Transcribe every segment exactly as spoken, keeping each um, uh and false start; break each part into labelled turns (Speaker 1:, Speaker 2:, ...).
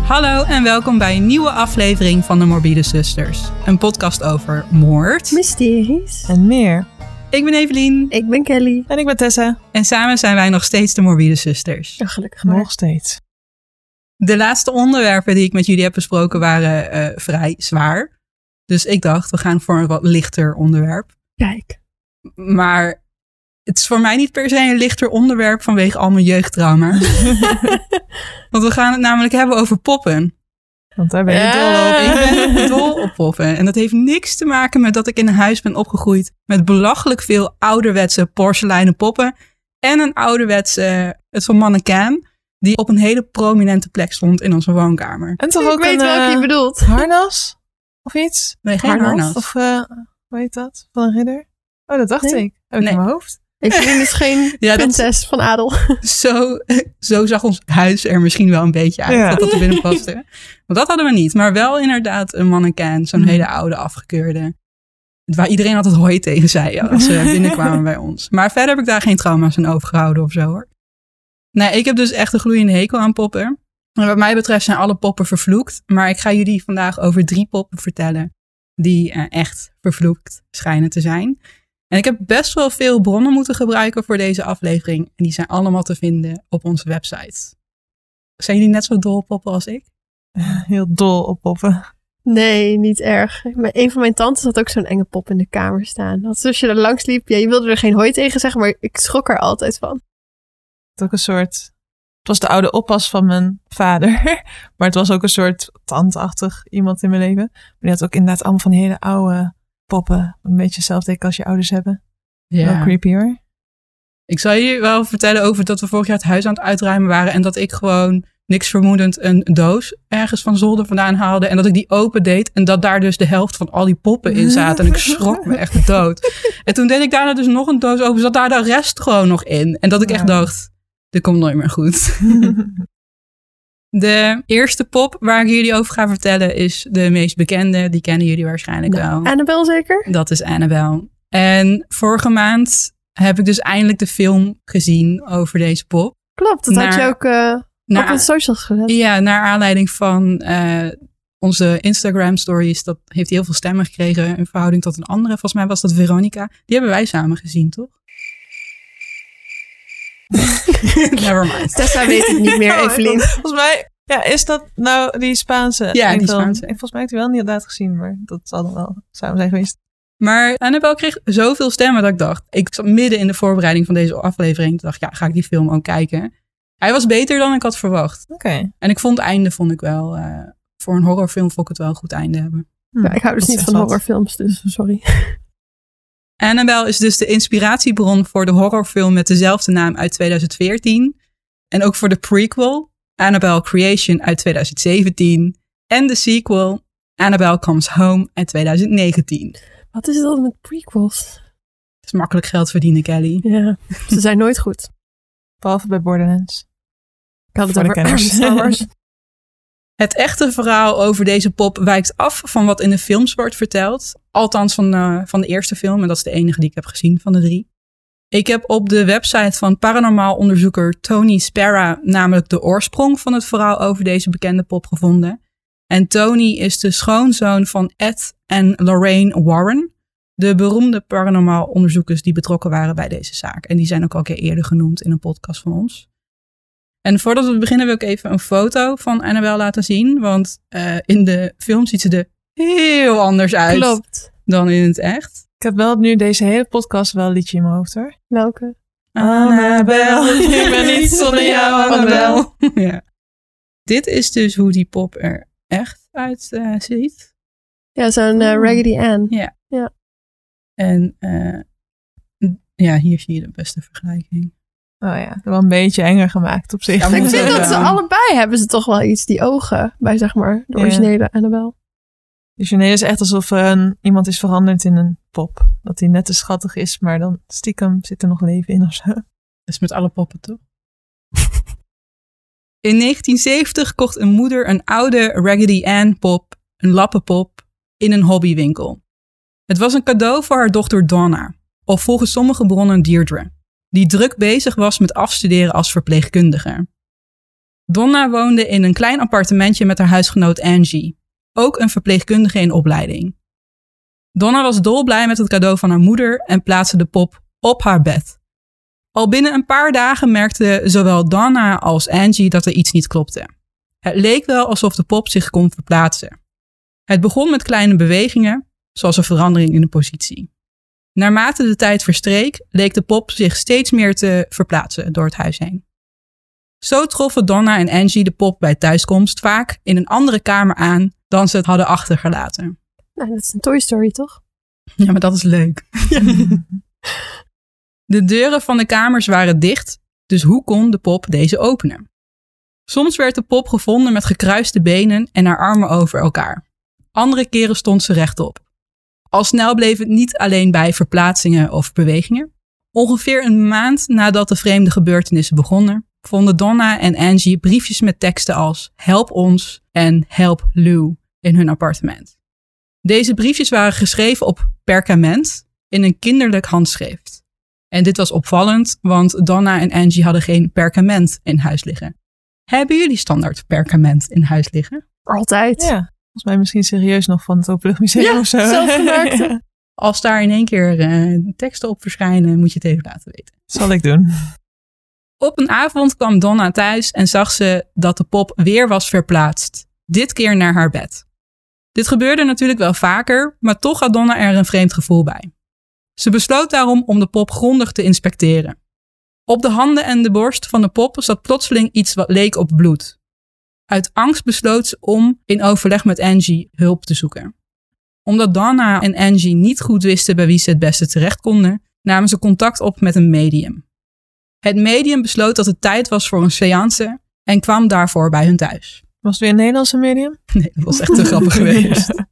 Speaker 1: Hallo en welkom bij een nieuwe aflevering van de Morbide Zusters. Een podcast over moord,
Speaker 2: mysteries
Speaker 3: en meer.
Speaker 1: Ik ben Evelien.
Speaker 2: Ik ben Kelly.
Speaker 3: En ik ben Tessa.
Speaker 1: En samen zijn wij nog steeds de Morbide Zusters.
Speaker 2: Ja, gelukkig maar.
Speaker 3: Nog steeds.
Speaker 1: De laatste onderwerpen die ik met jullie heb besproken waren uh, vrij zwaar. Dus ik dacht, we gaan voor een wat lichter onderwerp.
Speaker 2: Kijk.
Speaker 1: Maar het is voor mij niet per se een lichter onderwerp vanwege al mijn jeugdtrauma. Want we gaan het namelijk hebben over poppen.
Speaker 3: Want daar ben je
Speaker 2: Ja.
Speaker 3: dol op.
Speaker 1: Ik ben dol op poppen. En dat heeft niks te maken met dat ik in een huis ben opgegroeid met belachelijk veel ouderwetse porseleinen poppen. En een ouderwetse, het van mannequin, die op een hele prominente plek stond in onze woonkamer.
Speaker 3: En toch
Speaker 2: Ik
Speaker 3: ook
Speaker 2: weet
Speaker 3: een
Speaker 2: welke je
Speaker 3: uh,
Speaker 2: bedoelt.
Speaker 3: harnas? Of iets?
Speaker 1: Nee, geen
Speaker 2: Harnas?
Speaker 1: harnas.
Speaker 3: Of uh, hoe heet dat? Van een ridder? Oh, dat dacht
Speaker 2: Nee.
Speaker 3: ik. Heb ik
Speaker 1: Nee.
Speaker 3: in mijn hoofd.
Speaker 2: Evelien is geen
Speaker 1: Ja, dat-
Speaker 2: prinses van adel.
Speaker 1: Zo, zo zag ons huis er misschien wel een beetje uit.
Speaker 3: Ja.
Speaker 1: Dat dat er binnen paste. Want dat hadden we niet. Maar wel inderdaad een mannequin. Zo'n
Speaker 3: Mm.
Speaker 1: hele oude afgekeurde. Waar iedereen altijd hoi tegen zei als ze binnenkwamen bij ons. Maar verder heb ik daar geen trauma's aan overgehouden of zo hoor. Nee, ik heb dus echt een gloeiende hekel aan poppen. En wat mij betreft zijn alle poppen vervloekt. Maar ik ga jullie vandaag over drie poppen vertellen. Die uh, echt vervloekt schijnen te zijn. En ik heb best wel veel bronnen moeten gebruiken voor deze aflevering. En die zijn allemaal te vinden op onze website. Zijn jullie net zo dol op poppen als ik?
Speaker 3: Heel dol op poppen.
Speaker 2: Nee, niet erg. Maar een van mijn tantes had ook zo'n enge pop in de kamer staan. Dat als je er langs liep, ja, je wilde er geen hoi tegen zeggen, maar ik schrok er altijd van.
Speaker 3: Het was ook een soort... Het was de oude oppas van mijn vader. Maar het was ook een soort tandachtig iemand in mijn leven. Maar die had ook inderdaad allemaal van die hele oude poppen. Een beetje hetzelfde als je ouders hebben. Wel creepy hoor.
Speaker 1: Ik zal je wel vertellen over dat we vorig jaar het huis aan het uitruimen waren. En dat ik gewoon niks vermoedend een doos ergens van zolder vandaan haalde. En dat ik die open deed. En dat daar dus de helft van al die poppen in zaten. En ik schrok me echt dood. En toen deed ik daarna dus nog een doos open. Zat daar de rest gewoon nog in. En dat ik echt
Speaker 3: Ja.
Speaker 1: dacht, dit komt nooit meer goed. De eerste pop waar ik jullie over ga vertellen is de meest bekende. Die kennen jullie waarschijnlijk
Speaker 2: Nou,
Speaker 1: wel.
Speaker 2: Annabelle zeker?
Speaker 1: Dat is Annabelle. En vorige maand heb ik dus eindelijk de film gezien over deze pop.
Speaker 2: Klopt, dat had
Speaker 1: Naar-
Speaker 2: je ook uh, op
Speaker 1: Naar,
Speaker 2: de socials gezet.
Speaker 1: ja, naar aanleiding van uh, onze Instagram stories. Dat heeft heel veel stemmen gekregen in verhouding tot een andere. Volgens mij was dat Veronica. Die hebben wij samen gezien, toch? Never mind.
Speaker 2: Tessa weet het niet meer, Evelien.
Speaker 3: Volgens mij... Ja, is dat nou die Spaanse?
Speaker 1: Ja, die
Speaker 3: film?
Speaker 1: Spaanse.
Speaker 3: Ik, volgens mij heb ik die wel niet inderdaad gezien. Maar dat zal dan wel samen zijn geweest.
Speaker 1: Maar Annabelle kreeg zoveel stemmen dat ik dacht... Ik zat midden in de voorbereiding van deze aflevering. Toen dacht ik, ja, ga ik die film ook kijken. Hij was beter dan ik had verwacht.
Speaker 3: Oké. Okay.
Speaker 1: En ik vond het einde, vond ik wel... Uh, voor een horrorfilm vond ik het wel een goed einde hebben.
Speaker 3: Hm,
Speaker 2: Ja, ik hou dus
Speaker 3: dat
Speaker 2: niet
Speaker 3: is
Speaker 2: van
Speaker 3: wat.
Speaker 2: horrorfilms, dus sorry.
Speaker 1: Annabelle is dus de inspiratiebron voor de horrorfilm met dezelfde naam uit tweeduizend veertien. En ook voor de prequel, Annabelle Creation uit tweeduizend zeventien. En de sequel, Annabelle Comes Home uit tweeduizend negentien.
Speaker 2: Wat is dat met prequels?
Speaker 1: Het is makkelijk geld verdienen, Kelly.
Speaker 2: Ja, ze zijn nooit goed.
Speaker 3: Behalve bij Borderlands.
Speaker 2: Ik had het
Speaker 3: Voor de
Speaker 2: over
Speaker 3: kenners.
Speaker 2: Star Wars.
Speaker 1: Het echte verhaal over deze pop wijkt af van wat in de films wordt verteld. Althans van, uh, van de eerste film. En dat is de enige die ik heb gezien van de drie. Ik heb op de website van paranormaal onderzoeker Tony Sparra namelijk de oorsprong van het verhaal over deze bekende pop gevonden. En Tony is de schoonzoon van Ed en Lorraine Warren. De beroemde paranormaal onderzoekers die betrokken waren bij deze zaak. En die zijn ook al een keer eerder genoemd in een podcast van ons. En voordat we beginnen wil ik even een foto van Annabelle laten zien. Want uh, in de film ziet ze er heel anders uit
Speaker 2: Klopt.
Speaker 1: dan in het echt.
Speaker 3: Ik heb wel nu deze hele podcast wel een liedje in mijn hoofd hoor.
Speaker 2: Welke?
Speaker 3: Annabelle, ik ben niet zonder jou, Annabelle.
Speaker 1: Ja. Dit is dus hoe die pop er echt uit uh, ziet.
Speaker 2: Ja, zo'n uh, Raggedy Ann.
Speaker 1: Ja.
Speaker 2: Ja.
Speaker 1: En uh, ja, hier zie je de beste vergelijking.
Speaker 3: Oh ja, wel een beetje enger gemaakt op zich.
Speaker 1: Ja,
Speaker 2: Ik
Speaker 1: moet
Speaker 2: vind
Speaker 1: ook
Speaker 2: dat ze
Speaker 1: wel.
Speaker 2: allebei hebben ze toch wel iets, die ogen, bij zeg maar de
Speaker 3: Ja.
Speaker 2: originele Annabelle.
Speaker 3: Dus nee, is echt alsof een, iemand is veranderd in een pop. Dat hij net te schattig is, maar dan stiekem zit er nog leven in of zo.
Speaker 1: Dat is met alle poppen, toch? In negentien zeventig kocht een moeder een oude Raggedy Ann pop, een lappenpop, in een hobbywinkel. Het was een cadeau voor haar dochter Donna, of volgens sommige bronnen Deirdre, die druk bezig was met afstuderen als verpleegkundige. Donna woonde in een klein appartementje met haar huisgenoot Angie, ook een verpleegkundige in opleiding. Donna was dolblij met het cadeau van haar moeder en plaatste de pop op haar bed. Al binnen een paar dagen merkten zowel Donna als Angie dat er iets niet klopte. Het leek wel alsof de pop zich kon verplaatsen. Het begon met kleine bewegingen, zoals een verandering in de positie. Naarmate de tijd verstreek, leek de pop zich steeds meer te verplaatsen door het huis heen. Zo troffen Donna en Angie de pop bij thuiskomst vaak in een andere kamer aan dan ze het hadden achtergelaten.
Speaker 2: Nou, dat is een Toy Story, toch?
Speaker 1: Ja, maar dat is leuk. De deuren van de kamers waren dicht, dus hoe kon de pop deze openen? Soms werd de pop gevonden met gekruiste benen en haar armen over elkaar. Andere keren stond ze rechtop. Al snel bleef het niet alleen bij verplaatsingen of bewegingen. Ongeveer een maand nadat de vreemde gebeurtenissen begonnen, vonden Donna en Angie briefjes met teksten als help ons en help Lou in hun appartement. Deze briefjes waren geschreven op perkament in een kinderlijk handschrift. En dit was opvallend, want Donna en Angie hadden geen perkament in huis liggen. Hebben jullie standaard perkament in huis liggen?
Speaker 2: Altijd.
Speaker 3: Ja, volgens mij misschien serieus nog van het Openluchtmuseum
Speaker 2: Ja,
Speaker 3: of zo.
Speaker 2: zelfgemaakte.
Speaker 1: Als daar in één keer uh, teksten op verschijnen, moet je het even laten weten.
Speaker 3: Zal ik doen.
Speaker 1: Op een avond kwam Donna thuis en zag ze dat de pop weer was verplaatst. Dit keer naar haar bed. Dit gebeurde natuurlijk wel vaker, maar toch had Donna er een vreemd gevoel bij. Ze besloot daarom om de pop grondig te inspecteren. Op de handen en de borst van de pop zat plotseling iets wat leek op bloed. Uit angst besloot ze om in overleg met Angie hulp te zoeken. Omdat Donna en Angie niet goed wisten bij wie ze het beste terecht konden, namen ze contact op met een medium. Het medium besloot dat het tijd was voor een séance en kwam daarvoor bij hun thuis.
Speaker 3: Was het weer een Nederlandse medium?
Speaker 1: Nee, dat was echt te grappig geweest.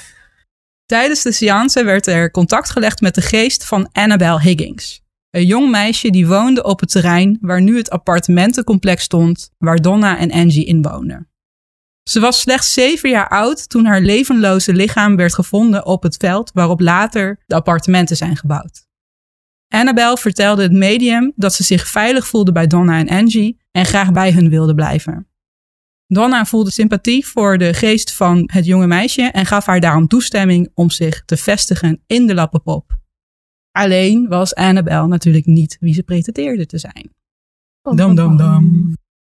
Speaker 1: Tijdens de séance werd er contact gelegd met de geest van Annabelle Higgins. Een jong meisje die woonde op het terrein waar nu het appartementencomplex stond waar Donna en Angie in woonden. Ze was slechts zeven jaar oud toen haar levenloze lichaam werd gevonden op het veld waarop later de appartementen zijn gebouwd. Annabelle vertelde het medium dat ze zich veilig voelde bij Donna en Angie en graag bij hun wilde blijven. Donna voelde sympathie voor de geest van het jonge meisje en gaf haar daarom toestemming om zich te vestigen in de lappenpop. Alleen was Annabelle natuurlijk niet wie ze pretendeerde te zijn. Dam, dam, dam.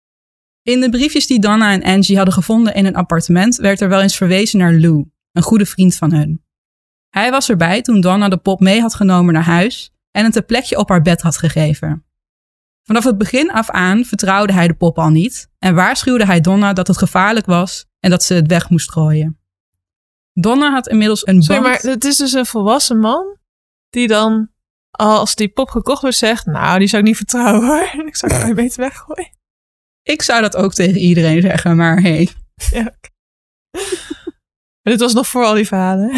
Speaker 1: In de briefjes die Donna en Angie hadden gevonden in een appartement werd er wel eens verwezen naar Lou, een goede vriend van hun. Hij was erbij toen Donna de pop mee had genomen naar huis en het een plekje op haar bed had gegeven. Vanaf het begin af aan vertrouwde hij de pop al niet en waarschuwde hij Donna dat het gevaarlijk was en dat ze het weg moest gooien. Donna had inmiddels een band...
Speaker 3: Sorry, maar het is dus een volwassen man die dan, als die pop gekocht wordt, zegt, nou, die zou ik niet vertrouwen hoor. Ik zou het beter weggooien.
Speaker 1: Ik zou dat ook tegen iedereen zeggen, maar hey.
Speaker 3: Ja, okay. Maar dit was nog voor al die verhalen.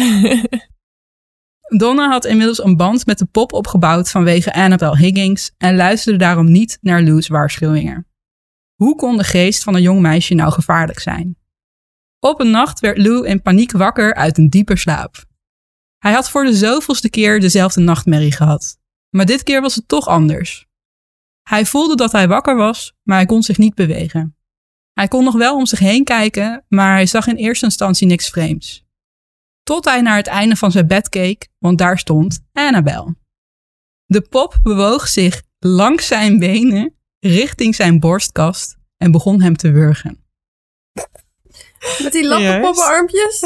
Speaker 1: Donna had inmiddels een band met de pop opgebouwd vanwege Annabelle Higgins en luisterde daarom niet naar Lou's waarschuwingen. Hoe kon de geest van een jong meisje nou gevaarlijk zijn? Op een nacht werd Lou in paniek wakker uit een diepe slaap. Hij had voor de zoveelste keer dezelfde nachtmerrie gehad, maar dit keer was het toch anders. Hij voelde dat hij wakker was, maar hij kon zich niet bewegen. Hij kon nog wel om zich heen kijken, maar hij zag in eerste instantie niks vreemds. Tot hij naar het einde van zijn bed keek, want daar stond Annabelle. De pop bewoog zich langs zijn benen richting zijn borstkast en begon hem te wurgen.
Speaker 2: Met die lappenpoppenarmpjes?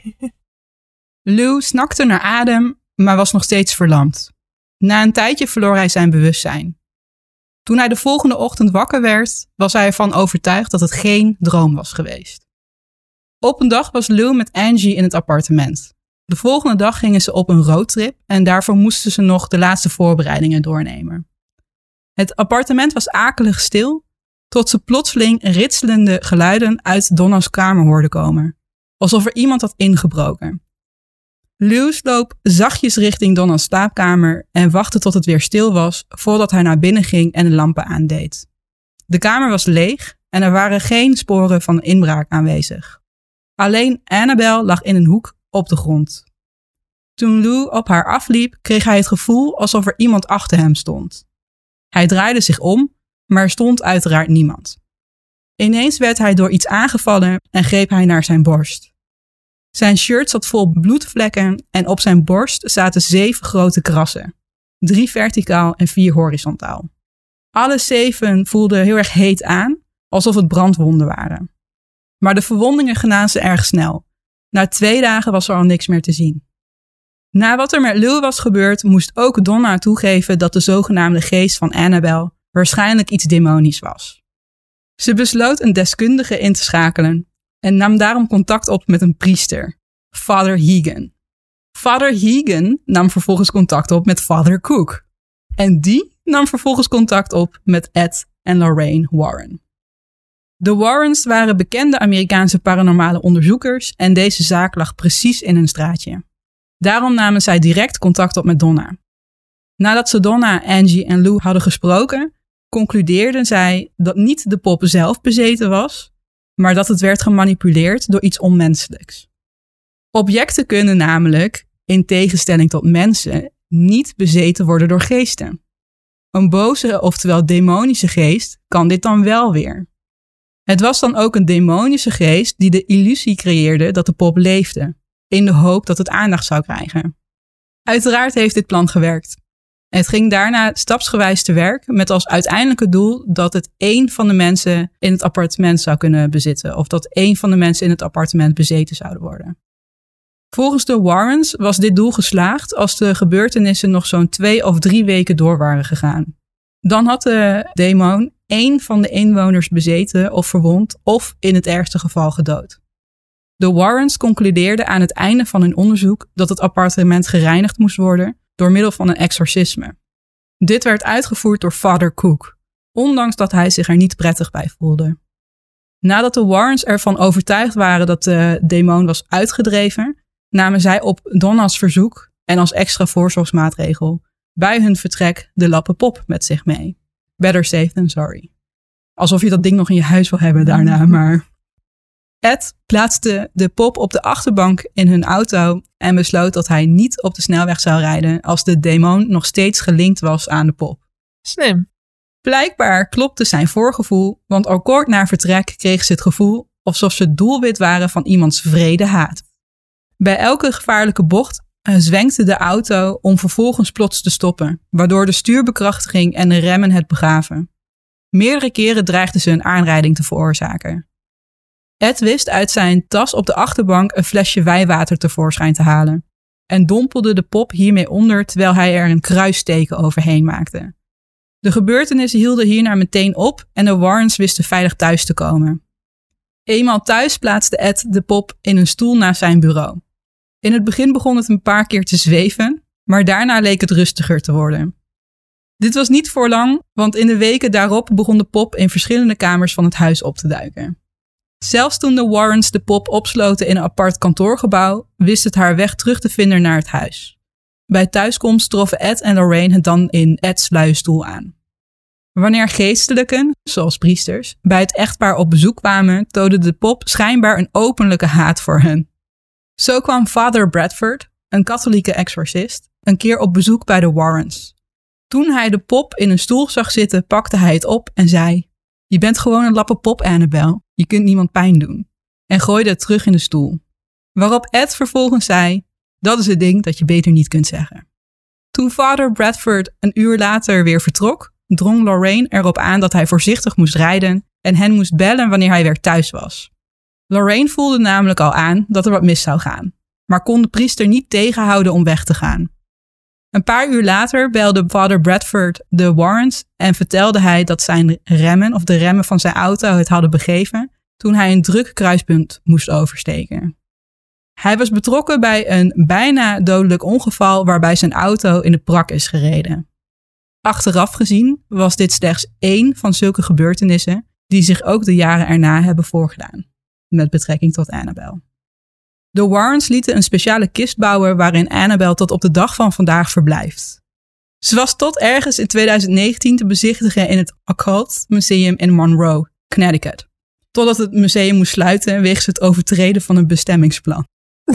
Speaker 1: Lou snakte naar adem, maar was nog steeds verlamd. Na een tijdje verloor hij zijn bewustzijn. Toen hij de volgende ochtend wakker werd, was hij ervan overtuigd dat het geen droom was geweest. Op een dag was Lou met Angie in het appartement. De volgende dag gingen ze op een roadtrip en daarvoor moesten ze nog de laatste voorbereidingen doornemen. Het appartement was akelig stil, tot ze plotseling ritselende geluiden uit Donna's kamer hoorden komen. Alsof er iemand had ingebroken. Lou sloop zachtjes richting Donna's slaapkamer en wachtte tot het weer stil was voordat hij naar binnen ging en de lampen aandeed. De kamer was leeg en er waren geen sporen van inbraak aanwezig. Alleen Annabelle lag in een hoek op de grond. Toen Lou op haar afliep, kreeg hij het gevoel alsof er iemand achter hem stond. Hij draaide zich om, maar er stond uiteraard niemand. Ineens werd hij door iets aangevallen en greep hij naar zijn borst. Zijn shirt zat vol bloedvlekken en op zijn borst zaten zeven grote krassen. Drie verticaal en vier horizontaal. Alle zeven voelden heel erg heet aan, alsof het brandwonden waren. Maar de verwondingen genazen erg snel. Na twee dagen was er al niks meer te zien. Na wat er met Lou was gebeurd, moest ook Donna toegeven dat de zogenaamde geest van Annabelle waarschijnlijk iets demonisch was. Ze besloot een deskundige in te schakelen en nam daarom contact op met een priester, Father Hegan. Father Hegan nam vervolgens contact op met Father Cook. En die nam vervolgens contact op met Ed en Lorraine Warren. De Warrens waren bekende Amerikaanse paranormale onderzoekers en deze zaak lag precies in hun straatje. Daarom namen zij direct contact op met Donna. Nadat ze Donna, Angie en Lou hadden gesproken, concludeerden zij dat niet de pop zelf bezeten was, maar dat het werd gemanipuleerd door iets onmenselijks. Objecten kunnen namelijk, in tegenstelling tot mensen, niet bezeten worden door geesten. Een boze, oftewel demonische geest, kan dit dan wel weer. Het was dan ook een demonische geest die de illusie creëerde dat de pop leefde, in de hoop dat het aandacht zou krijgen. Uiteraard heeft dit plan gewerkt. Het ging daarna stapsgewijs te werk met als uiteindelijke doel dat het één van de mensen in het appartement zou kunnen bezitten, of dat één van de mensen in het appartement bezeten zouden worden. Volgens de Warrens was dit doel geslaagd als de gebeurtenissen nog zo'n twee of drie weken door waren gegaan. Dan had de demon één van de inwoners bezeten of verwond of in het ergste geval gedood. De Warrens concludeerden aan het einde van hun onderzoek dat het appartement gereinigd moest worden door middel van een exorcisme. Dit werd uitgevoerd door Father Cook, ondanks dat hij zich er niet prettig bij voelde. Nadat de Warrens ervan overtuigd waren dat de demon was uitgedreven, namen zij op Donna's verzoek en als extra voorzorgsmaatregel bij hun vertrek de lappen pop met zich mee. Better safe than sorry. Alsof je dat ding nog in je huis wil hebben daarna, maar... Ed plaatste de pop op de achterbank in hun auto en besloot dat hij niet op de snelweg zou rijden als de demon nog steeds gelinkt was aan de pop.
Speaker 3: Slim.
Speaker 1: Blijkbaar klopte zijn voorgevoel, want al kort na vertrek kreeg ze het gevoel alsof ze doelwit waren van iemands wrede haat. Bij elke gevaarlijke bocht zwenkte de auto om vervolgens plots te stoppen, waardoor de stuurbekrachtiging en de remmen het begaven. Meerdere keren dreigden ze een aanrijding te veroorzaken. Ed wist uit zijn tas op de achterbank een flesje wijwater tevoorschijn te halen en dompelde de pop hiermee onder terwijl hij er een kruisteken overheen maakte. De gebeurtenissen hielden hierna meteen op en de Warrens wisten veilig thuis te komen. Eenmaal thuis plaatste Ed de pop in een stoel naast zijn bureau. In het begin begon het een paar keer te zweven, maar daarna leek het rustiger te worden. Dit was niet voor lang, want in de weken daarop begon de pop in verschillende kamers van het huis op te duiken. Zelfs toen de Warrens de pop opsloten in een apart kantoorgebouw, wist het haar weg terug te vinden naar het huis. Bij thuiskomst troffen Ed en Lorraine het dan in Ed's luie stoel aan. Wanneer geestelijken, zoals priesters, bij het echtpaar op bezoek kwamen, toonde de pop schijnbaar een openlijke haat voor hen. Zo kwam Father Bradford, een katholieke exorcist, een keer op bezoek bij de Warrens. Toen hij de pop in een stoel zag zitten, pakte hij het op en zei: "Je bent gewoon een lappe pop, Annabelle. Je kunt niemand pijn doen." En gooide het terug in de stoel. Waarop Ed vervolgens zei: "Dat is het ding dat je beter niet kunt zeggen." Toen Father Bradford een uur later weer vertrok, drong Lorraine erop aan dat hij voorzichtig moest rijden en hen moest bellen wanneer hij weer thuis was. Lorraine voelde namelijk al aan dat er wat mis zou gaan, maar kon de priester niet tegenhouden om weg te gaan. Een paar uur later belde Father Bradford de Warrens en vertelde hij dat zijn remmen of de remmen van zijn auto het hadden begeven toen hij een druk kruispunt moest oversteken. Hij was betrokken bij een bijna dodelijk ongeval waarbij zijn auto in de prak is gereden. Achteraf gezien was dit slechts één van zulke gebeurtenissen die zich ook de jaren erna hebben voorgedaan, met betrekking tot Annabelle. De Warrens lieten een speciale kist bouwen waarin Annabelle tot op de dag van vandaag verblijft. Ze was tot ergens in twintig negentien te bezichtigen in het Occult Museum in Monroe, Connecticut. Totdat het museum moest sluiten wegens het overtreden van een bestemmingsplan.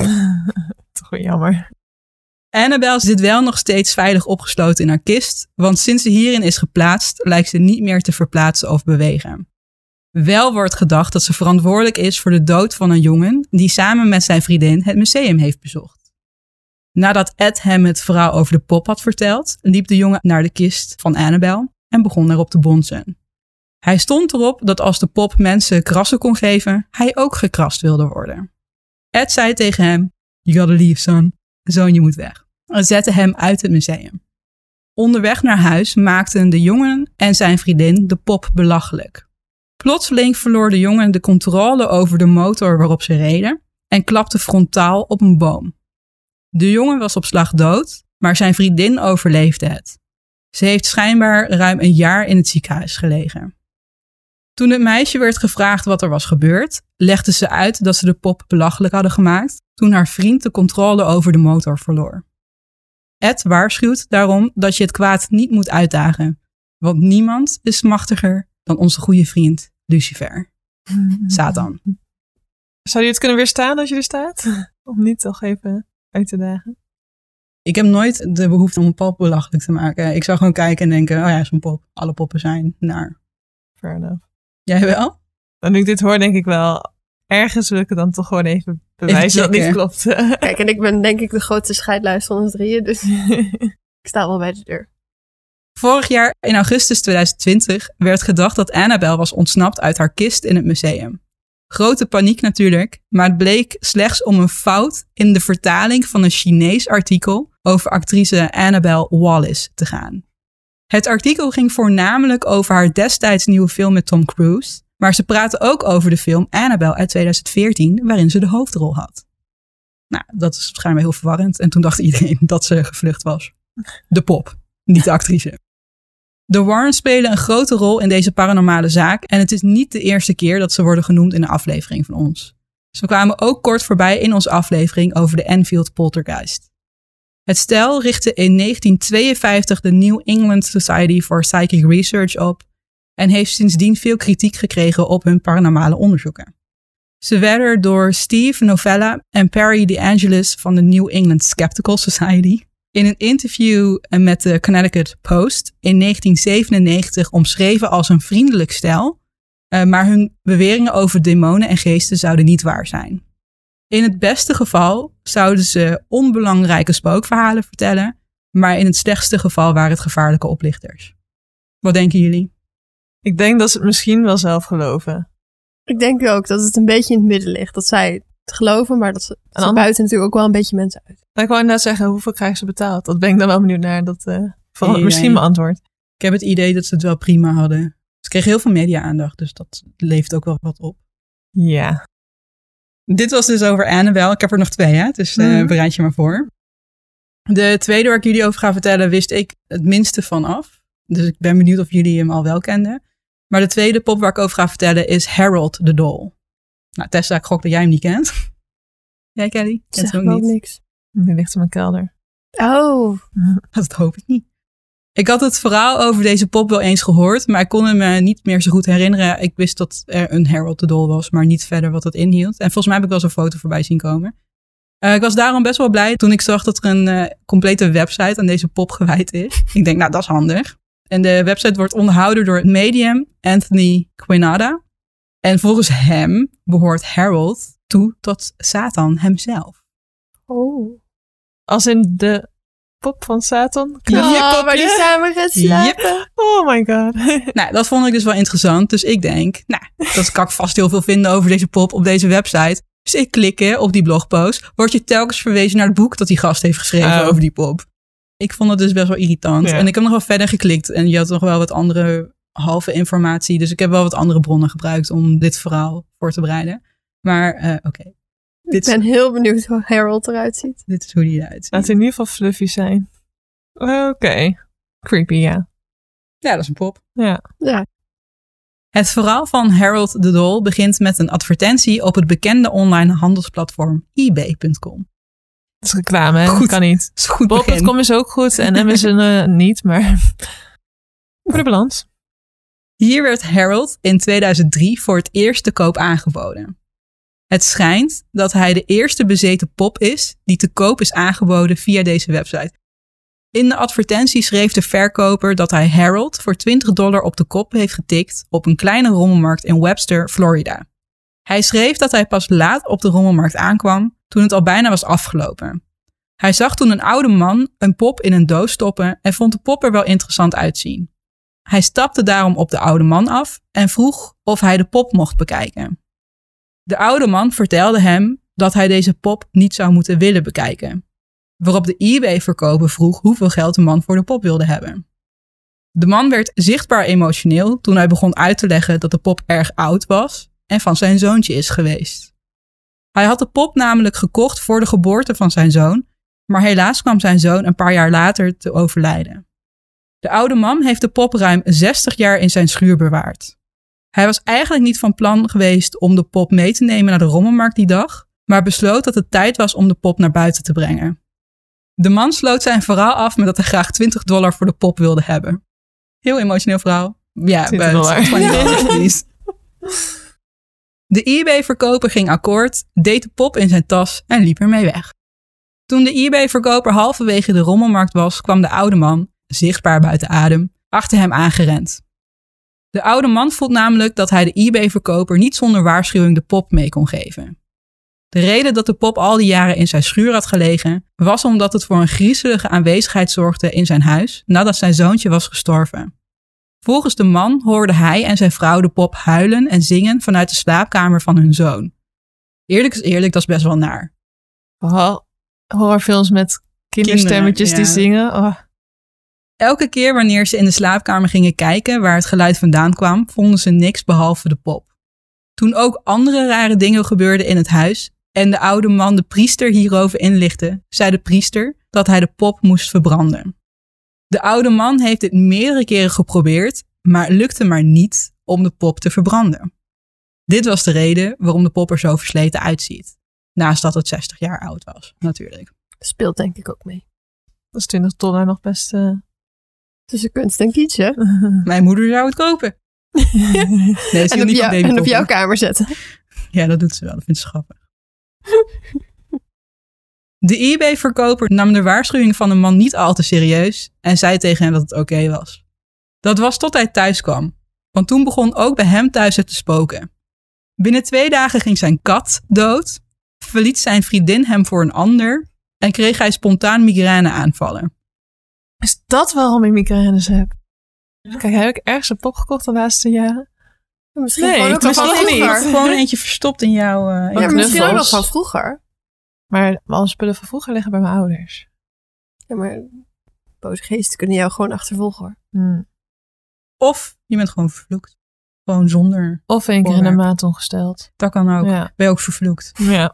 Speaker 3: Toch wel jammer.
Speaker 1: Annabelle zit wel nog steeds veilig opgesloten in haar kist, want sinds ze hierin is geplaatst lijkt ze niet meer te verplaatsen of bewegen. Wel wordt gedacht dat ze verantwoordelijk is voor de dood van een jongen die samen met zijn vriendin het museum heeft bezocht. Nadat Ed hem het verhaal over de pop had verteld, liep de jongen naar de kist van Annabelle en begon erop te bonzen. Hij stond erop dat als de pop mensen krassen kon geven, hij ook gekrast wilde worden. Ed zei tegen hem, "You gotta leave, son. Zoon, je moet weg." En zette hem uit het museum. Onderweg naar huis maakten de jongen en zijn vriendin de pop belachelijk. Plotseling verloor de jongen de controle over de motor waarop ze reden en klapte frontaal op een boom. De jongen was op slag dood, maar zijn vriendin overleefde het. Ze heeft schijnbaar ruim een jaar in het ziekenhuis gelegen. Toen het meisje werd gevraagd wat er was gebeurd, legde ze uit dat ze de pop belachelijk hadden gemaakt toen haar vriend de controle over de motor verloor. Ed waarschuwt daarom dat je het kwaad niet moet uitdagen, want niemand is machtiger dan onze goede vriend Lucifer. Satan.
Speaker 3: Zou je het kunnen weerstaan als je er staat? Om niet toch even uit te dagen?
Speaker 1: Ik heb nooit de behoefte om een pop belachelijk te maken. Ik zou gewoon kijken en denken, oh ja, zo'n pop. Alle poppen zijn naar.
Speaker 3: Fair enough.
Speaker 1: Jij wel?
Speaker 3: Dan nu ik dit hoor, denk ik wel, ergens wil ik het dan toch gewoon even bewijzen dat het niet klopt.
Speaker 2: Kijk, en ik ben denk ik de grootste scheidluister van ons drieën, dus ik sta wel bij de deur.
Speaker 1: Vorig jaar in augustus tweeduizend twintig werd gedacht dat Annabelle was ontsnapt uit haar kist in het museum. Grote paniek natuurlijk, maar het bleek slechts om een fout in de vertaling van een Chinees artikel over actrice Annabelle Wallis te gaan. Het artikel ging voornamelijk over haar destijds nieuwe film met Tom Cruise, maar ze praten ook over de film Annabelle uit tweeduizend veertien, waarin ze de hoofdrol had. Nou, dat is waarschijnlijk heel verwarrend en toen dacht iedereen dat ze gevlucht was. De pop, niet de actrice. De Warrens spelen een grote rol in deze paranormale zaak en het is niet de eerste keer dat ze worden genoemd in een aflevering van ons. Ze kwamen ook kort voorbij in onze aflevering over de Enfield Poltergeist. Het stel richtte in negentien tweeënvijftig de New England Society for Psychic Research op en heeft sindsdien veel kritiek gekregen op hun paranormale onderzoeken. Ze werden door Steve Novella en Perry DeAngelis van de New England Skeptical Society in een interview met de Connecticut Post in negentien zevenennegentig omschreven als een vriendelijk stel, maar hun beweringen over demonen en geesten zouden niet waar zijn. In het beste geval zouden ze onbelangrijke spookverhalen vertellen, maar in het slechtste geval waren het gevaarlijke oplichters. Wat denken jullie?
Speaker 3: Ik denk dat ze het misschien wel zelf geloven.
Speaker 2: Ik denk ook dat het een beetje in het midden ligt. Dat zij het geloven, maar dat ze, ze
Speaker 3: dan
Speaker 2: buiten natuurlijk ook wel een beetje mensen uit.
Speaker 3: Ik wou inderdaad zeggen, hoeveel krijgen ze betaald? Dat ben ik dan wel benieuwd naar. Dat uh, van,
Speaker 1: nee,
Speaker 3: misschien
Speaker 1: nee.
Speaker 3: mijn antwoord.
Speaker 1: Ik heb het idee dat ze het wel prima hadden. Ze kregen heel veel media-aandacht, dus dat levert ook wel wat op.
Speaker 3: Ja.
Speaker 1: Dit was dus over Annabelle. Ik heb er nog twee, hè? Dus uh, mm. bereid je maar voor. De tweede waar ik jullie over ga vertellen, wist ik het minste van af. Dus ik ben benieuwd of jullie hem al wel kenden. Maar de tweede pop waar ik over ga vertellen is Harold the Doll. Nou, Tessa, ik gok dat jij hem niet kent. Jij, Kelly? Kent
Speaker 2: zeg
Speaker 1: hem ook niet?
Speaker 2: niks.
Speaker 3: Die ligt in mijn kelder.
Speaker 2: Oh.
Speaker 1: Dat hoop ik niet. Ik had het verhaal over deze pop wel eens gehoord, maar ik kon hem uh, niet meer zo goed herinneren. Ik wist dat er een Harold the Doll was, maar niet verder wat dat inhield. En volgens mij heb ik wel zo'n foto voorbij zien komen. Uh, ik was daarom best wel blij toen ik zag dat er een uh, complete website aan deze pop gewijd is. Ik denk, nou, dat is handig. En de website wordt onderhouden door het medium Anthony Quinada. En volgens hem behoort Harold toe tot Satan hemzelf.
Speaker 2: Oh.
Speaker 3: Als in de pop van Satan?
Speaker 2: Oh, waar die samen gaat slapen.
Speaker 1: Yep.
Speaker 3: Oh my god.
Speaker 1: Nou, dat vond ik dus wel interessant. Dus ik denk, nou, dat kan ik vast heel veel vinden over deze pop op deze website. Dus ik klikken op die blogpost. Word je telkens verwezen naar het boek dat die gast heeft geschreven oh. over die pop. Ik vond het dus best wel irritant. Ja. En ik heb nog wel verder geklikt. En je had nog wel wat andere halve informatie. Dus ik heb wel wat andere bronnen gebruikt om dit verhaal voor te bereiden. Maar uh, oké. Okay.
Speaker 2: Ik ben is, heel benieuwd hoe Harold eruit ziet.
Speaker 1: Dit is hoe die eruit ziet.
Speaker 3: Laat in ieder geval fluffy zijn. Oké. Okay. Creepy, ja.
Speaker 1: Ja, dat is een pop.
Speaker 3: Ja.
Speaker 2: ja.
Speaker 1: Het verhaal van Harold the Doll begint met een advertentie op het bekende online handelsplatform ebay punt com.
Speaker 3: Dat is reclame, hè? Goed. Kan niet.
Speaker 1: Is goed
Speaker 3: Bob punt com is ook goed en Amazon uh, niet, maar voor de balans.
Speaker 1: Hier werd Harold in tweeduizend drie voor het eerst te koop aangeboden. Het schijnt dat hij de eerste bezeten pop is die te koop is aangeboden via deze website. In de advertentie schreef de verkoper dat hij Harold voor twintig dollar op de kop heeft getikt op een kleine rommelmarkt in Webster, Florida. Hij schreef dat hij pas laat op de rommelmarkt aankwam toen het al bijna was afgelopen. Hij zag toen een oude man een pop in een doos stoppen en vond de pop er wel interessant uitzien. Hij stapte daarom op de oude man af en vroeg of hij de pop mocht bekijken. De oude man vertelde hem dat hij deze pop niet zou moeten willen bekijken, waarop de eBay-verkoper vroeg hoeveel geld de man voor de pop wilde hebben. De man werd zichtbaar emotioneel toen hij begon uit te leggen dat de pop erg oud was en van zijn zoontje is geweest. Hij had de pop namelijk gekocht voor de geboorte van zijn zoon, maar helaas kwam zijn zoon een paar jaar later te overlijden. De oude man heeft de pop ruim zestig jaar in zijn schuur bewaard. Hij was eigenlijk niet van plan geweest om de pop mee te nemen naar de rommelmarkt die dag, maar besloot dat het tijd was om de pop naar buiten te brengen. De man sloot zijn verhaal af met dat hij graag twintig dollar voor de pop wilde hebben. Heel emotioneel verhaal. Ja,
Speaker 3: twintig dollar.
Speaker 1: twintig De eBay-verkoper ging akkoord, deed de pop in zijn tas en liep ermee weg. Toen de eBay-verkoper halverwege de rommelmarkt was, kwam de oude man, zichtbaar buiten adem, achter hem aangerend. De oude man vond namelijk dat hij de eBay-verkoper niet zonder waarschuwing de pop mee kon geven. De reden dat de pop al die jaren in zijn schuur had gelegen, was omdat het voor een griezelige aanwezigheid zorgde in zijn huis nadat zijn zoontje was gestorven. Volgens de man hoorde hij en zijn vrouw de pop huilen en zingen vanuit de slaapkamer van hun zoon. Eerlijk is eerlijk, dat is best wel naar.
Speaker 3: Vooral horrorfilms met kinderstemmetjes
Speaker 1: Kinderen,
Speaker 3: die
Speaker 1: ja.
Speaker 3: zingen. Oh.
Speaker 1: Elke keer wanneer ze in de slaapkamer gingen kijken waar het geluid vandaan kwam, vonden ze niks behalve de pop. Toen ook andere rare dingen gebeurden in het huis en de oude man de priester hierover inlichtte, zei de priester dat hij de pop moest verbranden. De oude man heeft dit meerdere keren geprobeerd, maar het lukte maar niet om de pop te verbranden. Dit was de reden waarom de pop er zo versleten uitziet. Naast dat het zestig jaar oud was, natuurlijk.
Speaker 2: Speelt denk ik ook mee.
Speaker 3: Dat is twintig dollar nog best... Uh...
Speaker 2: Tussen kunst en kitsch, hè?
Speaker 1: Mijn moeder zou het kopen. Nee, ze
Speaker 2: en op,
Speaker 1: niet
Speaker 2: jou,
Speaker 1: van
Speaker 2: en op jouw kamer zetten.
Speaker 1: Ja, dat doet ze wel. Dat vindt ze grappig. De eBay-verkoper nam de waarschuwing van de man niet al te serieus en zei tegen hem dat het oké okay was. Dat was tot hij thuis kwam, want toen begon ook bij hem thuis het te spoken. Binnen twee dagen ging zijn kat dood, verliet zijn vriendin hem voor een ander en kreeg hij spontaan migraineaanvallen.
Speaker 3: Is dat waarom ik migraines heb? Kijk, heb ik ergens een pop gekocht de laatste jaren?
Speaker 2: Misschien
Speaker 3: Nee,
Speaker 2: gewoon ook al van
Speaker 1: Misschien niet.
Speaker 2: vroeger.
Speaker 1: Gewoon eentje verstopt in jouw... Uh,
Speaker 2: Ja,
Speaker 3: Ook
Speaker 2: misschien ook nog
Speaker 3: knuffels.
Speaker 2: van vroeger.
Speaker 3: Maar alle spullen van vroeger liggen bij mijn ouders.
Speaker 2: Ja, maar boze geesten kunnen jou gewoon achtervolgen, hoor.
Speaker 3: Hmm.
Speaker 1: Of je bent gewoon vervloekt. Gewoon zonder...
Speaker 3: Of één keer in de
Speaker 1: Voorwerp.
Speaker 3: maand ongesteld.
Speaker 1: Dat kan ook.
Speaker 3: Ja.
Speaker 1: Ben je ook vervloekt.
Speaker 3: Ja.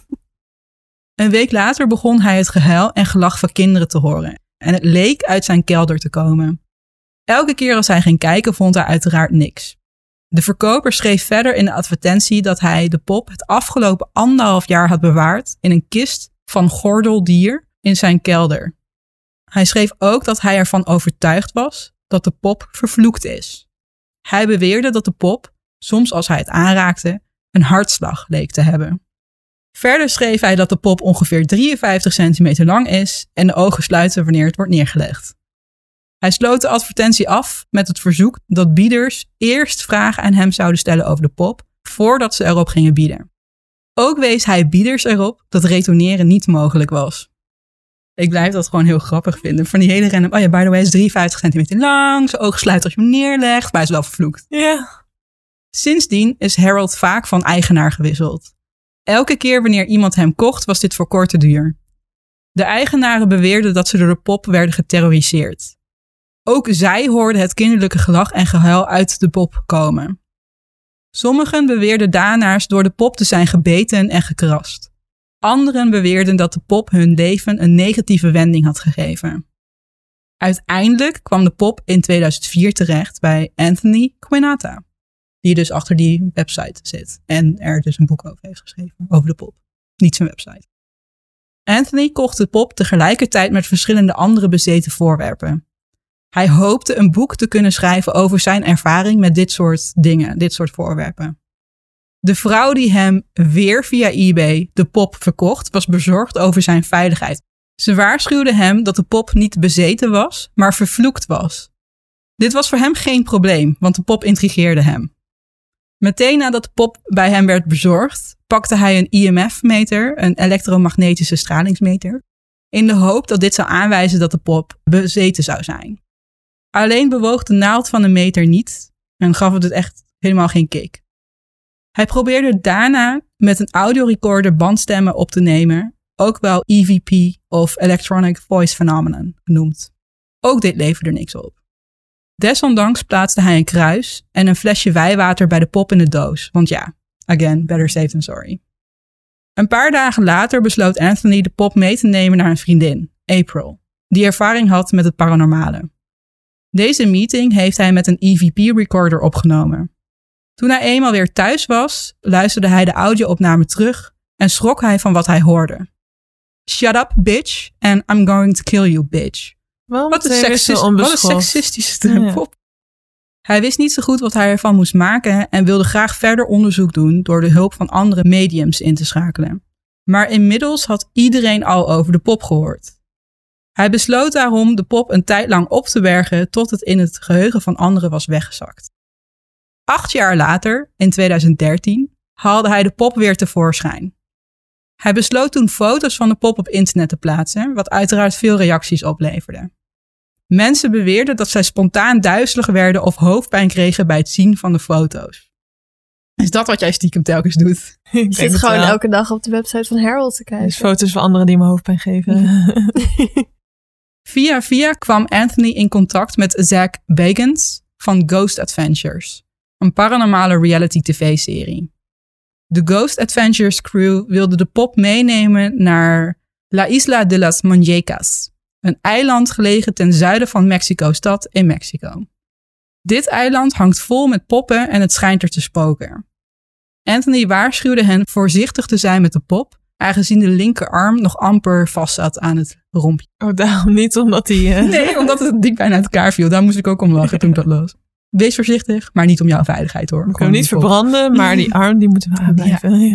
Speaker 1: Een week later begon hij het gehuil en gelach van kinderen te horen. En het leek uit zijn kelder te komen. Elke keer als hij ging kijken vond hij uiteraard niks. De verkoper schreef verder in de advertentie dat hij de pop het afgelopen anderhalf jaar had bewaard in een kist van gordeldier in zijn kelder. Hij schreef ook dat hij ervan overtuigd was dat de pop vervloekt is. Hij beweerde dat de pop, soms als hij het aanraakte, een hartslag leek te hebben. Verder schreef hij dat de pop ongeveer drieënvijftig centimeter lang is en de ogen sluiten wanneer het wordt neergelegd. Hij sloot de advertentie af met het verzoek dat bieders eerst vragen aan hem zouden stellen over de pop voordat ze erop gingen bieden. Ook wees hij bieders erop dat retourneren niet mogelijk was. Ik blijf dat gewoon heel grappig vinden. Van die hele random, oh ja, by the way, is drieënvijftig centimeter lang, zijn ogen sluiten als je hem neerlegt, maar hij is wel vervloekt.
Speaker 3: Ja.
Speaker 1: Sindsdien is Harold vaak van eigenaar gewisseld. Elke keer wanneer iemand hem kocht, was dit voor korte duur. De eigenaren beweerden dat ze door de pop werden geterroriseerd. Ook zij hoorden het kinderlijke gelach en gehuil uit de pop komen. Sommigen beweerden daarnaast door de pop te zijn gebeten en gekrast. Anderen beweerden dat de pop hun leven een negatieve wending had gegeven. Uiteindelijk kwam de pop in tweeduizend vier terecht bij Anthony Quinata, die dus achter die website zit en er dus een boek over heeft geschreven, over de pop. Niet zijn website. Anthony kocht de pop tegelijkertijd met verschillende andere bezeten voorwerpen. Hij hoopte een boek te kunnen schrijven over zijn ervaring met dit soort dingen, dit soort voorwerpen. De vrouw die hem weer via eBay de pop verkocht, was bezorgd over zijn veiligheid. Ze waarschuwde hem dat de pop niet bezeten was, maar vervloekt was. Dit was voor hem geen probleem, want de pop intrigeerde hem. Meteen nadat de pop bij hem werd bezorgd, pakte hij een I M F-meter, een elektromagnetische stralingsmeter, in de hoop dat dit zou aanwijzen dat de pop bezeten zou zijn. Alleen bewoog de naald van de meter niet en gaf het echt helemaal geen kick. Hij probeerde daarna met een audiorecorder bandstemmen op te nemen, ook wel E V P of Electronic Voice Phenomenon genoemd. Ook dit leverde niks op. Desondanks plaatste hij een kruis en een flesje wijwater bij de pop in de doos, want ja, again, better safe than sorry. Een paar dagen later besloot Anthony de pop mee te nemen naar een vriendin, April, die ervaring had met het paranormale. Deze meeting heeft hij met een E V P-recorder opgenomen. Toen hij eenmaal weer thuis was, luisterde hij de audio-opname terug en schrok hij van wat hij hoorde. Shut up, bitch, and I'm going to kill you, bitch.
Speaker 3: Wel
Speaker 1: Wat een,
Speaker 3: meteen weer zo
Speaker 1: seksist, wat een
Speaker 3: onbeschoft.
Speaker 1: seksistische
Speaker 3: Ja.
Speaker 1: pop. Hij wist niet zo goed wat hij ervan moest maken en wilde graag verder onderzoek doen door de hulp van andere mediums in te schakelen. Maar inmiddels had iedereen al over de pop gehoord. Hij besloot daarom de pop een tijd lang op te bergen tot het in het geheugen van anderen was weggezakt. Acht jaar later, in tweeduizend dertien, haalde hij de pop weer tevoorschijn. Hij besloot toen foto's van de pop op internet te plaatsen, wat uiteraard veel reacties opleverde. Mensen beweerden dat zij spontaan duizelig werden of hoofdpijn kregen bij het zien van de foto's. Is dat wat jij stiekem telkens doet?
Speaker 3: Ik
Speaker 2: Ik
Speaker 3: denk
Speaker 2: zit
Speaker 3: het
Speaker 2: gewoon
Speaker 3: wel.
Speaker 2: elke dag op de website van Harold te kijken.
Speaker 3: Dus foto's van anderen die me hoofdpijn geven.
Speaker 1: Via via kwam Anthony in contact met Zach Bagans van Ghost Adventures, een paranormale reality tv-serie. De Ghost Adventures crew wilde de pop meenemen naar La Isla de las Muñecas, een eiland gelegen ten zuiden van Mexico-stad in Mexico. Dit eiland hangt vol met poppen en het schijnt er te spoken. Anthony waarschuwde hen voorzichtig te zijn met de pop, aangezien de linkerarm nog amper vastzat aan het rompje.
Speaker 3: Oh, daarom niet, omdat hij... eh,
Speaker 1: Nee, omdat het dik bijna uit elkaar viel. Daar moest ik ook om lachen toen ik dat las. Wees voorzichtig, maar niet om jouw veiligheid hoor.
Speaker 3: Ik kan
Speaker 1: Gewoon
Speaker 3: hem niet
Speaker 1: die pop.
Speaker 3: verbranden, maar die arm die moet wel aanblijven. Ja.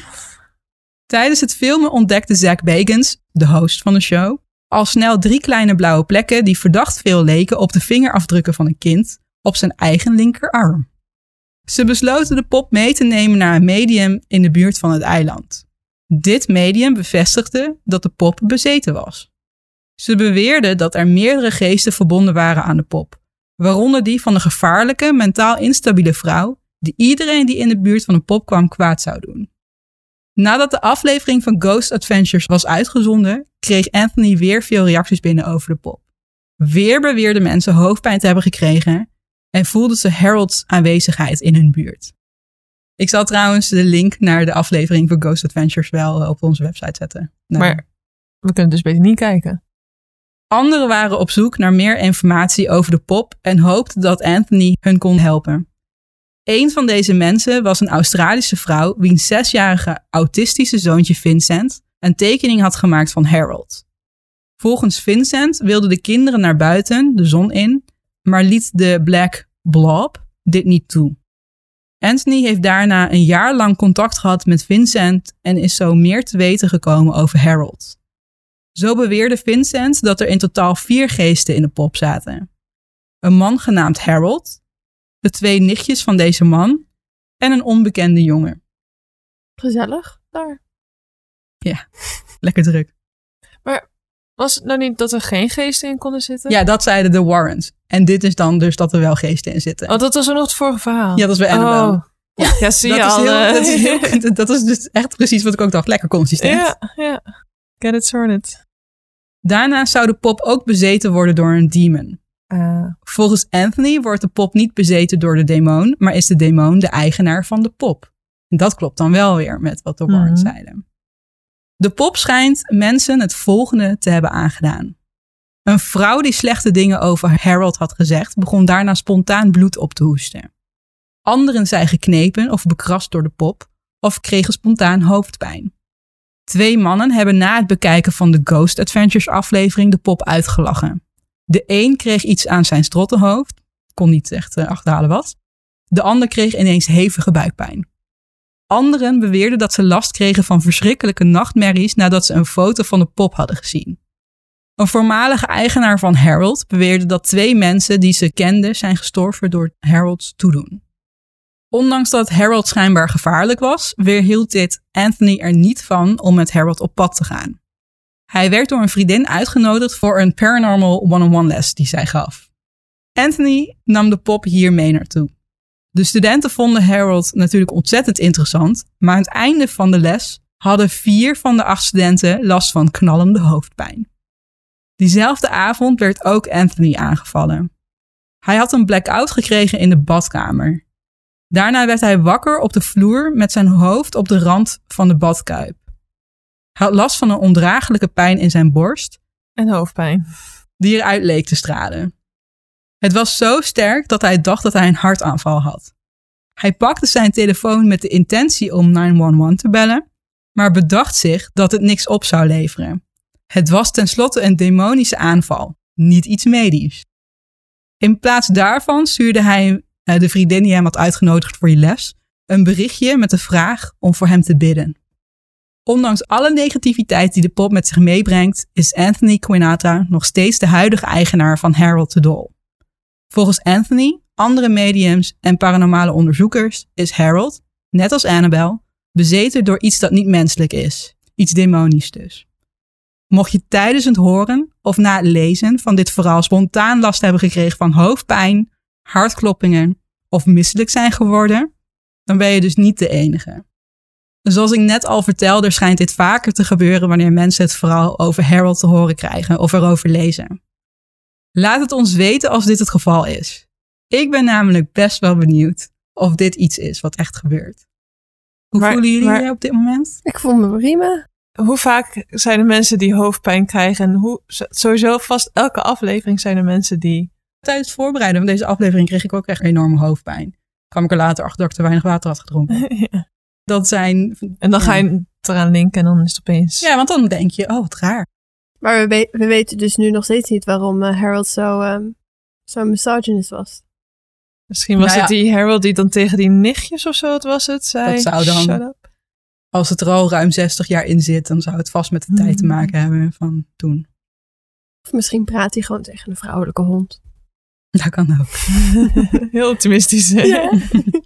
Speaker 1: Tijdens het filmen ontdekte Zach Bagans, de host van de show, al snel drie kleine blauwe plekken die verdacht veel leken op de vingerafdrukken van een kind op zijn eigen linkerarm. Ze besloten de pop mee te nemen naar een medium in de buurt van het eiland. Dit medium bevestigde dat de pop bezeten was. Ze beweerden dat er meerdere geesten verbonden waren aan de pop, waaronder die van een gevaarlijke, mentaal instabiele vrouw die iedereen die in de buurt van de pop kwam kwaad zou doen. Nadat de aflevering van Ghost Adventures was uitgezonden, kreeg Anthony weer veel reacties binnen over de pop. Weer beweerden mensen hoofdpijn te hebben gekregen en voelden ze Harold's aanwezigheid in hun buurt. Ik zal trouwens de link naar de aflevering van Ghost Adventures wel op onze website zetten. Nou,
Speaker 3: Maar we kunnen dus beter niet kijken.
Speaker 1: Anderen waren op zoek naar meer informatie over de pop en hoopten dat Anthony hun kon helpen. Een van deze mensen was een Australische vrouw wiens zesjarige autistische zoontje Vincent een tekening had gemaakt van Harold. Volgens Vincent wilden de kinderen naar buiten, de zon in, maar liet de Black Blob dit niet toe. Anthony heeft daarna een jaar lang contact gehad met Vincent en is zo meer te weten gekomen over Harold. Zo beweerde Vincent dat er in totaal vier geesten in de pop zaten. Een man genaamd Harold, de twee nichtjes van deze man en een onbekende jongen.
Speaker 2: Gezellig daar.
Speaker 1: Lekker druk.
Speaker 3: Was het nou niet dat er geen geesten in konden zitten?
Speaker 1: Ja, dat zeiden de Warrens. En dit is dan dus dat er wel geesten in zitten.
Speaker 3: Oh, dat was ook nog het vorige verhaal.
Speaker 1: Ja, dat is bij Annabelle.
Speaker 3: Oh. Ja, ja, zie
Speaker 1: dat,
Speaker 3: je
Speaker 1: is
Speaker 3: al.
Speaker 1: heel,
Speaker 3: eh,
Speaker 1: dat, is heel, dat is dus echt precies wat ik ook dacht. Lekker consistent.
Speaker 3: Ja, ja. Get it sorted.
Speaker 1: Daarna zou de pop ook bezeten worden door een demon.
Speaker 3: Uh,
Speaker 1: Volgens Anthony wordt de pop niet bezeten door de demon, maar is de demon de eigenaar van de pop. En dat klopt dan wel weer met wat de Warrens
Speaker 3: Mhm.
Speaker 1: zeiden. De pop schijnt mensen het volgende te hebben aangedaan. Een vrouw die slechte dingen over Harold had gezegd, begon daarna spontaan bloed op te hoesten. Anderen zijn geknepen of bekrast door de pop of kregen spontaan hoofdpijn. Twee mannen hebben na het bekijken van de Ghost Adventures aflevering de pop uitgelachen. De een kreeg iets aan zijn strottenhoofd, kon niet echt uh, achterhalen wat. De ander kreeg ineens hevige buikpijn. Anderen beweerden dat ze last kregen van verschrikkelijke nachtmerries nadat ze een foto van de pop hadden gezien. Een voormalige eigenaar van Harold beweerde dat twee mensen die ze kenden zijn gestorven door Harold's toedoen. Ondanks dat Harold schijnbaar gevaarlijk was, weerhield dit Anthony er niet van om met Harold op pad te gaan. Hij werd door een vriendin uitgenodigd voor een paranormal one-on-one les die zij gaf. Anthony nam de pop hier mee naartoe. De studenten vonden Harold natuurlijk ontzettend interessant, maar aan het einde van de les hadden vier van de acht studenten last van knallende hoofdpijn. Diezelfde avond werd ook Anthony aangevallen. Hij had een blackout gekregen in de badkamer. Daarna werd hij wakker op de vloer met zijn hoofd op de rand van de badkuip. Hij had last van een ondraaglijke pijn in zijn borst.
Speaker 3: En hoofdpijn.
Speaker 1: Die eruit leek te stralen. Het was zo sterk dat hij dacht dat hij een hartaanval had. Hij pakte zijn telefoon met de intentie om negen een een te bellen, maar bedacht zich dat het niks op zou leveren. Het was tenslotte een demonische aanval, niet iets medisch. In plaats daarvan stuurde hij de vriendin die hem had uitgenodigd voor je les een berichtje met de vraag om voor hem te bidden. Ondanks alle negativiteit die de pop met zich meebrengt, is Anthony Quinata nog steeds de huidige eigenaar van Harold the Doll. Volgens Anthony, andere mediums en paranormale onderzoekers is Harold, net als Annabelle, bezeten door iets dat niet menselijk is. Iets demonisch dus. Mocht je tijdens het horen of na het lezen van dit verhaal spontaan last hebben gekregen van hoofdpijn, hartkloppingen of misselijk zijn geworden, dan ben je dus niet de enige. Zoals ik net al vertelde, schijnt dit vaker te gebeuren wanneer mensen het verhaal over Harold te horen krijgen of erover lezen. Laat het ons weten als dit het geval is. Ik ben namelijk best wel benieuwd of dit iets is wat echt gebeurt. Hoe
Speaker 3: maar,
Speaker 1: voelen jullie
Speaker 3: maar,
Speaker 1: je op dit moment?
Speaker 2: Ik voel me prima.
Speaker 3: Hoe vaak zijn er mensen die hoofdpijn krijgen? En hoe, sowieso vast elke aflevering zijn er mensen die...
Speaker 1: Tijdens het voorbereiden van deze aflevering kreeg ik ook echt enorme hoofdpijn. Kwam ik er later achter dat ik te weinig water had gedronken.
Speaker 3: ja.
Speaker 1: Dat zijn...
Speaker 3: En dan
Speaker 1: ja.
Speaker 3: ga je het eraan linken en dan is het opeens...
Speaker 1: Ja, want dan denk je, oh wat raar.
Speaker 2: Maar we, be- we weten dus nu nog steeds niet waarom uh, Harold zo, um, zo misogynist was.
Speaker 3: Misschien was
Speaker 1: Nou ja.
Speaker 3: het die Harold die dan tegen die nichtjes of zo, het was het, zei...
Speaker 1: Dat zou dan-
Speaker 3: Shut up.
Speaker 1: Als het er al ruim zestig jaar in zit, dan zou het vast met de tijd te maken hebben van toen.
Speaker 2: Of misschien praat hij gewoon tegen een vrouwelijke hond.
Speaker 1: Dat kan ook.
Speaker 3: Heel optimistisch. Hè?
Speaker 2: Ja.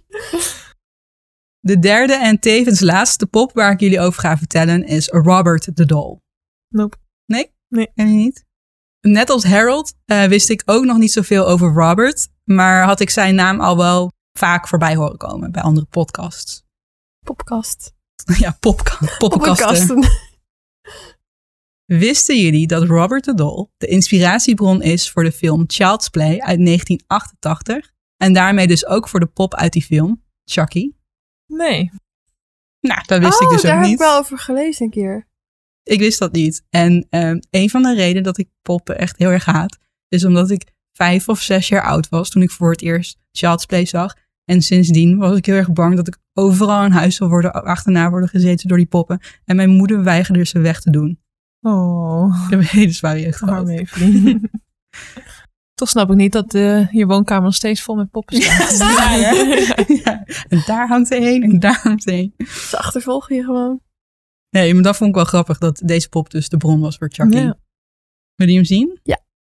Speaker 1: De derde en tevens laatste pop waar ik jullie over ga vertellen is Robert the Doll.
Speaker 3: Nope.
Speaker 1: Nee?
Speaker 3: Nee.
Speaker 1: Ken je niet? Net als Harold uh, wist ik ook nog niet zoveel over Robert, maar had ik zijn naam al wel vaak voorbij horen komen bij andere podcasts.
Speaker 2: Popkast.
Speaker 1: Ja, popka- poppenkasten.
Speaker 2: Poppenkasten.
Speaker 1: Wisten jullie dat Robert the Doll de inspiratiebron is voor de film Child's Play uit negentien achtentachtig en daarmee dus ook voor de pop uit die film, Chucky?
Speaker 3: Nee.
Speaker 1: Nou, dat wist
Speaker 2: oh,
Speaker 1: ik dus
Speaker 2: daar
Speaker 1: ook
Speaker 2: heb
Speaker 1: niet.
Speaker 2: ik wel over gelezen een keer.
Speaker 1: Ik wist dat niet. En um, een van de redenen dat ik poppen echt heel erg haat, is omdat ik vijf of zes jaar oud was toen ik voor het eerst Child's Play zag. En sindsdien was ik heel erg bang dat ik overal in huis zou worden, achterna worden gezeten door die poppen. En mijn moeder weigerde ze weg te doen.
Speaker 3: Oh.
Speaker 1: Ik heb een hele zware jeugd gehad.
Speaker 3: Arme Evelien. Toch snap ik niet dat uh, je woonkamer nog steeds vol met poppen staat.
Speaker 1: Ja, ja. Ja. En daar hangt er een en daar hangt er een.
Speaker 2: Ze achtervolgen je gewoon.
Speaker 1: Nee, maar dat vond ik wel grappig dat deze pop dus de bron was voor Chucky.
Speaker 3: Ja.
Speaker 1: Wil je hem zien?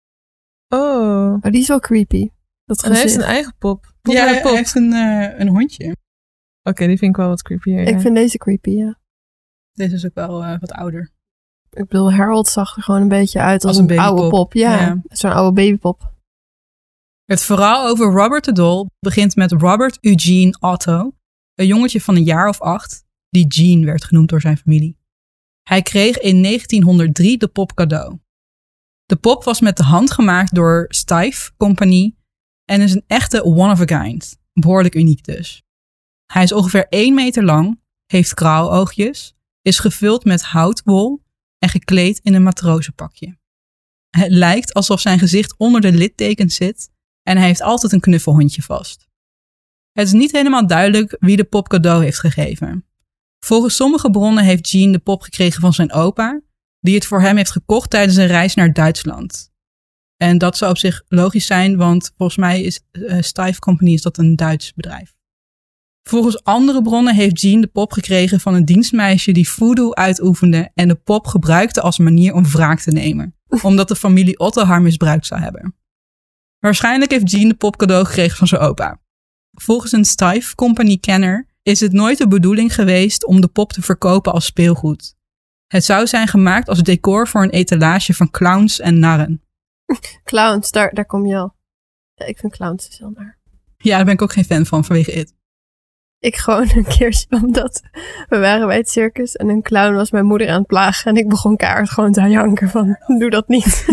Speaker 3: Oh.
Speaker 2: Maar die is wel creepy. Dat
Speaker 3: En hij heeft
Speaker 2: gezicht.
Speaker 3: een eigen pop. Pop
Speaker 1: Ja,
Speaker 3: bij
Speaker 1: hij
Speaker 3: pop.
Speaker 1: heeft een, uh, een hondje.
Speaker 3: Oké, okay, die vind ik wel wat creepier.
Speaker 2: Ik
Speaker 3: Ja.
Speaker 2: vind deze creepy, ja.
Speaker 1: Deze is ook wel uh, wat ouder.
Speaker 2: Ik bedoel, Harold zag er gewoon een beetje uit als,
Speaker 1: Als
Speaker 2: een,
Speaker 1: een
Speaker 2: oude
Speaker 1: babypop.
Speaker 2: pop. Ja,
Speaker 1: Ja.
Speaker 2: zo'n oude babypop.
Speaker 1: Het verhaal over Robert the Doll begint met Robert Eugene Otto, een jongetje van een jaar of acht, die Gene werd genoemd door zijn familie. Hij kreeg in negentienhonderddrie de pop cadeau. De pop was met de hand gemaakt door Steiff Company en is een echte one of a kind, behoorlijk uniek dus. Hij is ongeveer één meter lang, heeft krauwoogjes, is gevuld met houtwol en gekleed in een matrozenpakje. Het lijkt alsof zijn gezicht onder de littekens zit en hij heeft altijd een knuffelhondje vast. Het is niet helemaal duidelijk wie de pop cadeau heeft gegeven. Volgens sommige bronnen heeft Gene de pop gekregen van zijn opa, die het voor hem heeft gekocht tijdens een reis naar Duitsland. En dat zou op zich logisch zijn, want volgens mij is uh, Steiff Company is dat een Duits bedrijf. Volgens andere bronnen heeft Gene de pop gekregen van een dienstmeisje die voodoo uitoefende en de pop gebruikte als manier om wraak te nemen. omdat de familie Otto haar misbruikt zou hebben. Waarschijnlijk heeft Jean de pop cadeau gekregen van zijn opa. Volgens een Steiff Company-kenner is het nooit de bedoeling geweest om de pop te verkopen als speelgoed. Het zou zijn gemaakt als decor voor een etalage van clowns en narren.
Speaker 2: Clowns, daar, daar kom je al. Ja, ik vind clowns dus heel naar.
Speaker 1: Ja, daar ben ik ook geen fan van vanwege It.
Speaker 2: Ik gewoon een keer, omdat we waren bij het circus en een clown was mijn moeder aan het plagen. En ik begon kaart gewoon te janken van, doe dat niet.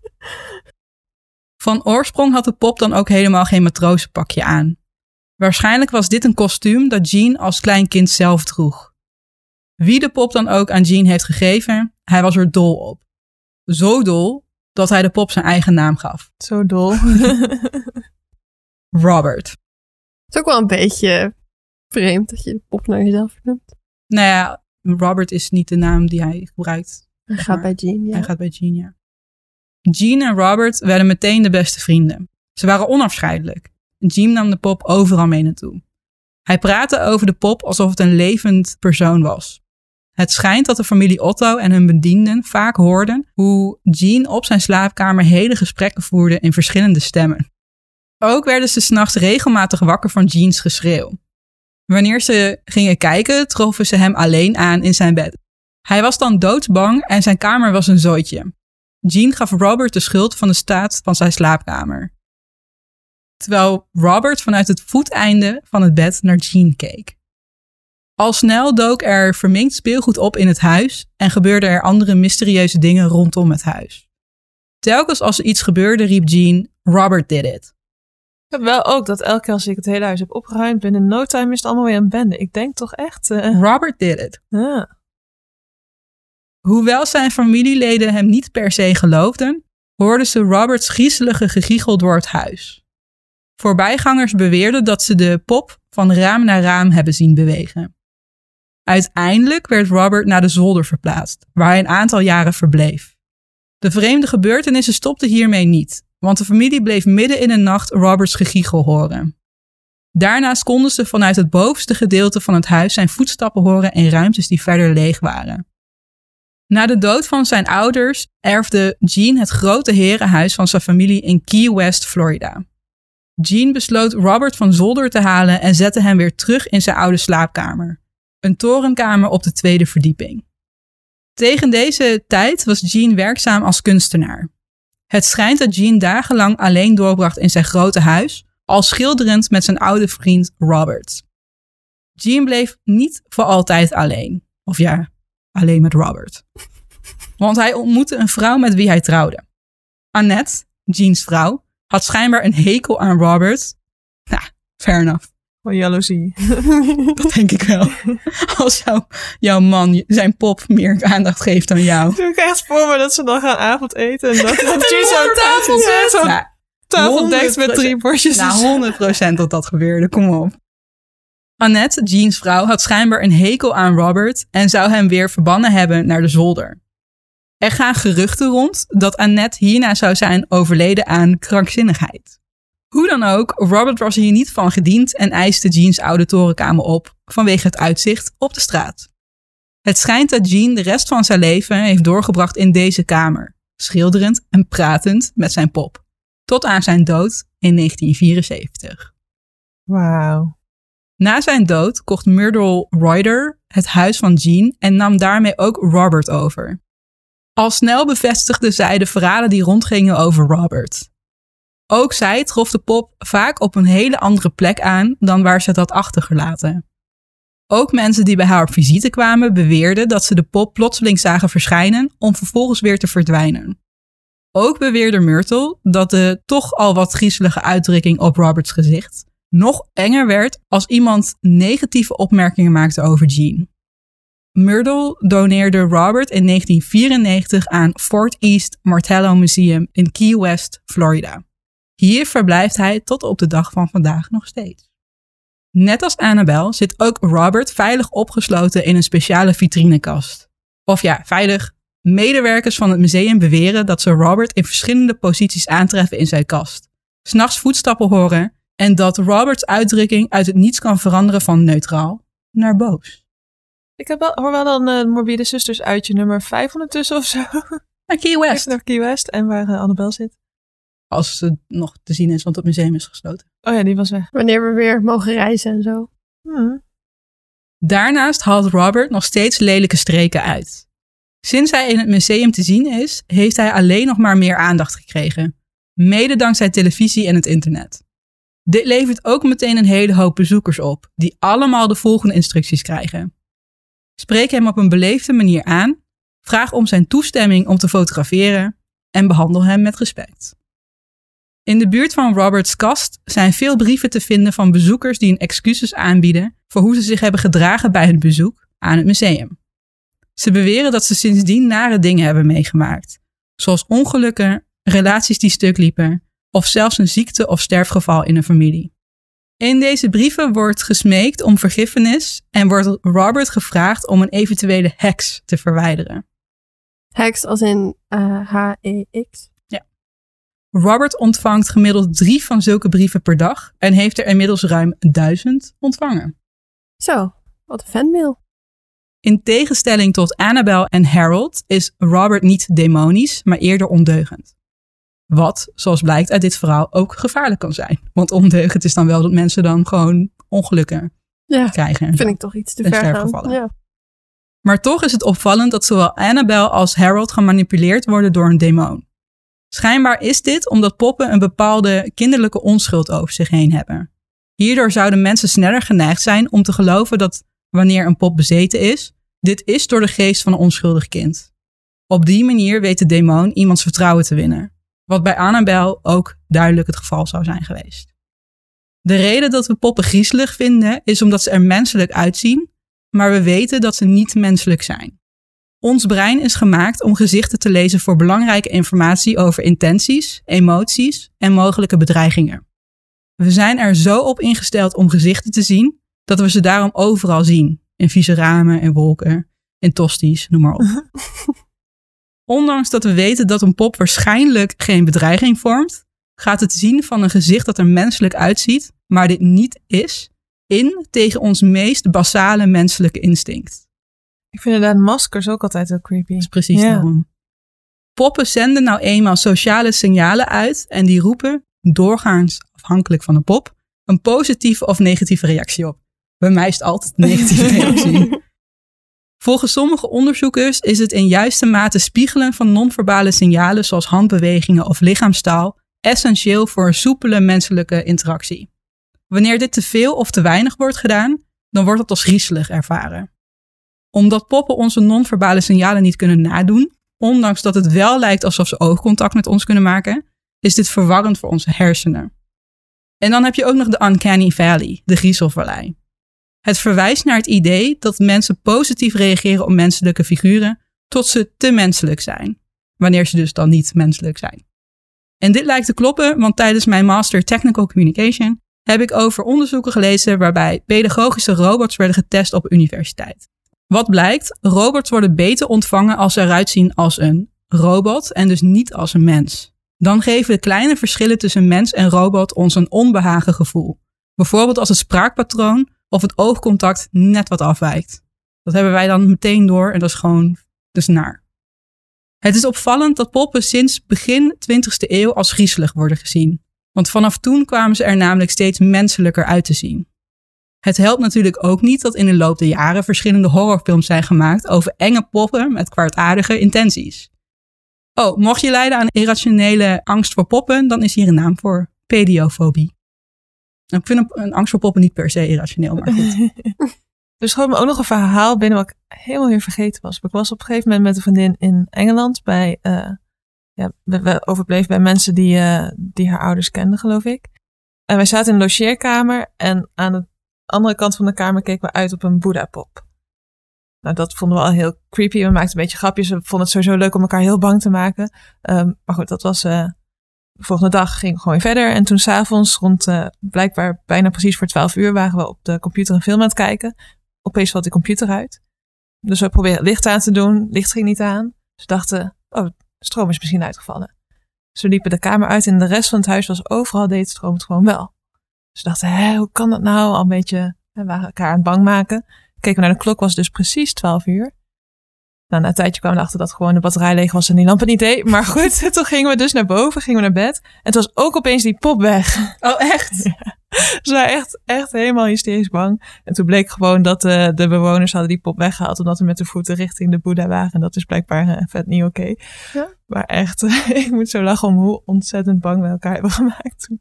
Speaker 1: Van oorsprong had de pop dan ook helemaal geen matrozenpakje aan. Waarschijnlijk was dit een kostuum dat Jean als klein kind zelf droeg. Wie de pop dan ook aan Jean heeft gegeven, hij was er dol op. Zo dol dat hij de pop zijn eigen naam gaf.
Speaker 3: Zo dol.
Speaker 1: Robert.
Speaker 2: Het is ook wel een beetje vreemd dat je de pop naar jezelf noemt.
Speaker 1: Nou ja, Robert is niet de naam die hij gebruikt.
Speaker 2: Hij gaat bij Jean, ja.
Speaker 1: Hij gaat bij Jean, ja. Jean en Robert werden meteen de beste vrienden. Ze waren onafscheidelijk. Jean nam de pop overal mee naartoe. Hij praatte over de pop alsof het een levend persoon was. Het schijnt dat de familie Otto en hun bedienden vaak hoorden hoe Jean op zijn slaapkamer hele gesprekken voerde in verschillende stemmen. Ook werden ze 's nachts regelmatig wakker van Jeans geschreeuw. Wanneer ze gingen kijken, troffen ze hem alleen aan in zijn bed. Hij was dan doodsbang en zijn kamer was een zooitje. Jean gaf Robert de schuld van de staat van zijn slaapkamer. Terwijl Robert vanuit het voeteinde van het bed naar Jean keek. Al snel dook er verminkt speelgoed op in het huis en gebeurden er andere mysterieuze dingen rondom het huis. Telkens als er iets gebeurde, riep Jean, Robert did it.
Speaker 3: Ik heb wel ook dat elke keer als ik het hele huis heb opgeruimd, binnen no time is het allemaal weer een bende. Ik denk toch echt... Uh...
Speaker 1: Robert did it.
Speaker 3: Ja.
Speaker 1: Hoewel zijn familieleden hem niet per se geloofden, hoorden ze Roberts griezelige gegiegel door het huis. Voorbijgangers beweerden dat ze de pop van raam naar raam hebben zien bewegen. Uiteindelijk werd Robert naar de zolder verplaatst, waar hij een aantal jaren verbleef. De vreemde gebeurtenissen stopten hiermee niet, want de familie bleef midden in de nacht Roberts gegiegel horen. Daarnaast konden ze vanuit het bovenste gedeelte van het huis zijn voetstappen horen in ruimtes die verder leeg waren. Na de dood van zijn ouders erfde Jean het grote herenhuis van zijn familie in Key West, Florida. Jean besloot Robert van zolder te halen en zette hem weer terug in zijn oude slaapkamer. Een torenkamer op de tweede verdieping. Tegen deze tijd was Jean werkzaam als kunstenaar. Het schijnt dat Jean dagenlang alleen doorbracht in zijn grote huis, al schilderend met zijn oude vriend Robert. Jean bleef niet voor altijd alleen. Of ja, alleen met Robert. Want hij ontmoette een vrouw met wie hij trouwde. Annette, Jeans vrouw, had schijnbaar een hekel aan Robert. Nou, fair enough.
Speaker 3: Van jaloezie.
Speaker 1: Dat denk ik wel. Als jou, jouw man zijn pop meer aandacht geeft dan jou.
Speaker 3: Ik doe ik echt voor me dat ze dan gaan avondeten. En dat, dat Jean zo'n tafel zet. Zo'n
Speaker 1: nou,
Speaker 3: tafel dekt met drie bordjes.
Speaker 1: Nou, honderd procent dat dat gebeurde. Kom op. Annette, Jeans vrouw, had schijnbaar een hekel aan Robert en zou hem weer verbannen hebben naar de zolder. Er gaan geruchten rond dat Annette hierna zou zijn overleden aan krankzinnigheid. Hoe dan ook, Robert was hier niet van gediend en eiste Jeans oude torenkamer op vanwege het uitzicht op de straat. Het schijnt dat Jean de rest van zijn leven heeft doorgebracht in deze kamer, schilderend en pratend met zijn pop, tot aan zijn dood in negentien vierenzeventig.
Speaker 3: Wauw.
Speaker 1: Na zijn dood kocht Myrtle Reuter het huis van Jean en nam daarmee ook Robert over. Al snel bevestigde zij de verhalen die rondgingen over Robert. Ook zij trof de pop vaak op een hele andere plek aan dan waar ze het had achtergelaten. Ook mensen die bij haar op visite kwamen beweerden dat ze de pop plotseling zagen verschijnen om vervolgens weer te verdwijnen. Ook beweerde Myrtle dat de toch al wat griezelige uitdrukking op Roberts gezicht nog enger werd als iemand negatieve opmerkingen maakte over Jean. Myrtle doneerde Robert in negentien vierennegentig aan Fort East Martello Museum in Key West, Florida. Hier verblijft hij tot op de dag van vandaag nog steeds. Net als Annabelle zit ook Robert veilig opgesloten in een speciale vitrinekast. Of ja, veilig. Medewerkers van het museum beweren dat ze Robert in verschillende posities aantreffen in zijn kast, 's nachts voetstappen horen en dat Roberts uitdrukking uit het niets kan veranderen van neutraal naar boos.
Speaker 3: Ik heb wel, hoor wel dan een uh, Morbide Zusters uitje nummer vijf ondertussen of zo.
Speaker 1: Naar Key West.
Speaker 3: Even naar Key West en waar uh, Annabel zit.
Speaker 1: Als het nog te zien is, want het museum is gesloten.
Speaker 3: Oh ja, die was weg.
Speaker 2: Wanneer we weer mogen reizen en zo.
Speaker 3: Hmm.
Speaker 1: Daarnaast haalt Robert nog steeds lelijke streken uit. Sinds hij in het museum te zien is, heeft hij alleen nog maar meer aandacht gekregen. Mede dankzij televisie en het internet. Dit levert ook meteen een hele hoop bezoekers op, die allemaal de volgende instructies krijgen. Spreek hem op een beleefde manier aan, vraag om zijn toestemming om te fotograferen en behandel hem met respect. In de buurt van Roberts kast zijn veel brieven te vinden van bezoekers die hun excuses aanbieden voor hoe ze zich hebben gedragen bij hun bezoek aan het museum. Ze beweren dat ze sindsdien nare dingen hebben meegemaakt, zoals ongelukken, relaties die stuk liepen of zelfs een ziekte of sterfgeval in een familie. In deze brieven wordt gesmeekt om vergiffenis en wordt Robert gevraagd om een eventuele heks te verwijderen.
Speaker 2: Heks als in uh, H E X?
Speaker 1: Ja. Robert ontvangt gemiddeld drie van zulke brieven per dag en heeft er inmiddels ruim duizend ontvangen.
Speaker 2: Zo, wat een fanmail.
Speaker 1: In tegenstelling tot Annabel en Harold is Robert niet demonisch, maar eerder ondeugend. Wat, zoals blijkt uit dit verhaal, ook gevaarlijk kan zijn. Want ondeugend is dan wel dat mensen dan gewoon ongelukken
Speaker 2: ja,
Speaker 1: krijgen.
Speaker 2: Vind ik toch iets te ver gaan. Ja.
Speaker 1: Maar toch is het opvallend dat zowel Annabel als Harold gemanipuleerd worden door een demon. Schijnbaar is dit omdat poppen een bepaalde kinderlijke onschuld over zich heen hebben. Hierdoor zouden mensen sneller geneigd zijn om te geloven dat wanneer een pop bezeten is, dit is door de geest van een onschuldig kind. Op die manier weet de demon iemands vertrouwen te winnen. Wat bij Annabel ook duidelijk het geval zou zijn geweest. De reden dat we poppen griezelig vinden is omdat ze er menselijk uitzien, maar we weten dat ze niet menselijk zijn. Ons brein is gemaakt om gezichten te lezen voor belangrijke informatie over intenties, emoties en mogelijke bedreigingen. We zijn er zo op ingesteld om gezichten te zien, dat we ze daarom overal zien. In vieze ramen en wolken, in tosties, noem maar op. Ondanks dat we weten dat een pop waarschijnlijk geen bedreiging vormt, gaat het zien van een gezicht dat er menselijk uitziet, maar dit niet is, in tegen ons meest basale menselijke instinct.
Speaker 3: Ik vind inderdaad maskers ook altijd heel creepy.
Speaker 1: Dat is precies
Speaker 3: ja.
Speaker 1: daarom. Poppen zenden nou eenmaal sociale signalen uit en die roepen, doorgaans afhankelijk van de pop, een positieve of negatieve reactie op. Bij mij is het altijd een negatieve reactie. Volgens sommige onderzoekers is het in juiste mate spiegelen van non-verbale signalen zoals handbewegingen of lichaamstaal essentieel voor een soepele menselijke interactie. Wanneer dit te veel of te weinig wordt gedaan, dan wordt het als griezelig ervaren. Omdat poppen onze non-verbale signalen niet kunnen nadoen, ondanks dat het wel lijkt alsof ze oogcontact met ons kunnen maken, is dit verwarrend voor onze hersenen. En dan heb je ook nog de Uncanny Valley, de griezelvallei. Het verwijst naar het idee dat mensen positief reageren op menselijke figuren tot ze te menselijk zijn, wanneer ze dus dan niet menselijk zijn. En dit lijkt te kloppen, want tijdens mijn Master Technical Communication heb ik over onderzoeken gelezen waarbij pedagogische robots werden getest op een universiteit. Wat blijkt, robots worden beter ontvangen als ze eruit zien als een robot en dus niet als een mens. Dan geven de kleine verschillen tussen mens en robot ons een onbehagen gevoel. Bijvoorbeeld als het spraakpatroon of het oogcontact net wat afwijkt. Dat hebben wij dan meteen door en dat is gewoon dus naar. Het is opvallend dat poppen sinds begin twintigste eeuw als griezelig worden gezien. Want vanaf toen kwamen ze er namelijk steeds menselijker uit te zien. Het helpt natuurlijk ook niet dat in de loop der jaren verschillende horrorfilms zijn gemaakt over enge poppen met kwaadaardige intenties. Oh, mocht je lijden aan irrationele angst voor poppen, dan is hier een naam voor: pediofobie. Ik vind een angst voor poppen niet per se irrationeel, maar goed.
Speaker 3: Er schoot me ook nog een verhaal binnen wat ik helemaal weer vergeten was. Ik was op een gegeven moment met een vriendin in Engeland. Bij, uh, ja, we, we overbleven bij mensen die, uh, die haar ouders kenden, geloof ik. En wij zaten in een logeerkamer en aan de andere kant van de kamer keken we uit op een Boeddha-pop. Nou, dat vonden we al heel creepy. We maakten een beetje grapjes. We vonden het sowieso leuk om elkaar heel bang te maken. Um, maar goed, dat was... Uh, de volgende dag ging we gewoon verder. En toen 's avonds rond uh, blijkbaar bijna precies voor twaalf uur waren we op de computer een film aan het kijken. Opeens valt die computer uit. Dus we proberen licht aan te doen. Licht ging niet aan. Dus we dachten, oh, de stroom is misschien uitgevallen. Dus we liepen de kamer uit en de rest van het huis was overal deed de stroom het gewoon wel. Dus we dachten, hé, hoe kan dat nou? Al een beetje, we waren elkaar aan het bang maken. Keken we naar de klok, was dus precies twaalf uur. Nou, na een tijdje kwamen we erachter dat gewoon de batterij leeg was en die lamp het niet deed. Maar goed, toen gingen we dus naar boven, gingen we naar bed. En toen was ook opeens die pop weg.
Speaker 1: Oh, echt?
Speaker 3: Ja. Ze waren echt, echt helemaal hysterisch bang. En toen bleek gewoon dat de, de bewoners hadden die pop weggehaald, omdat we met de voeten richting de Boeddha waren. En dat is blijkbaar uh, vet niet oké. Okay. Ja? Maar echt, ik moet zo lachen om hoe ontzettend bang we elkaar hebben gemaakt toen.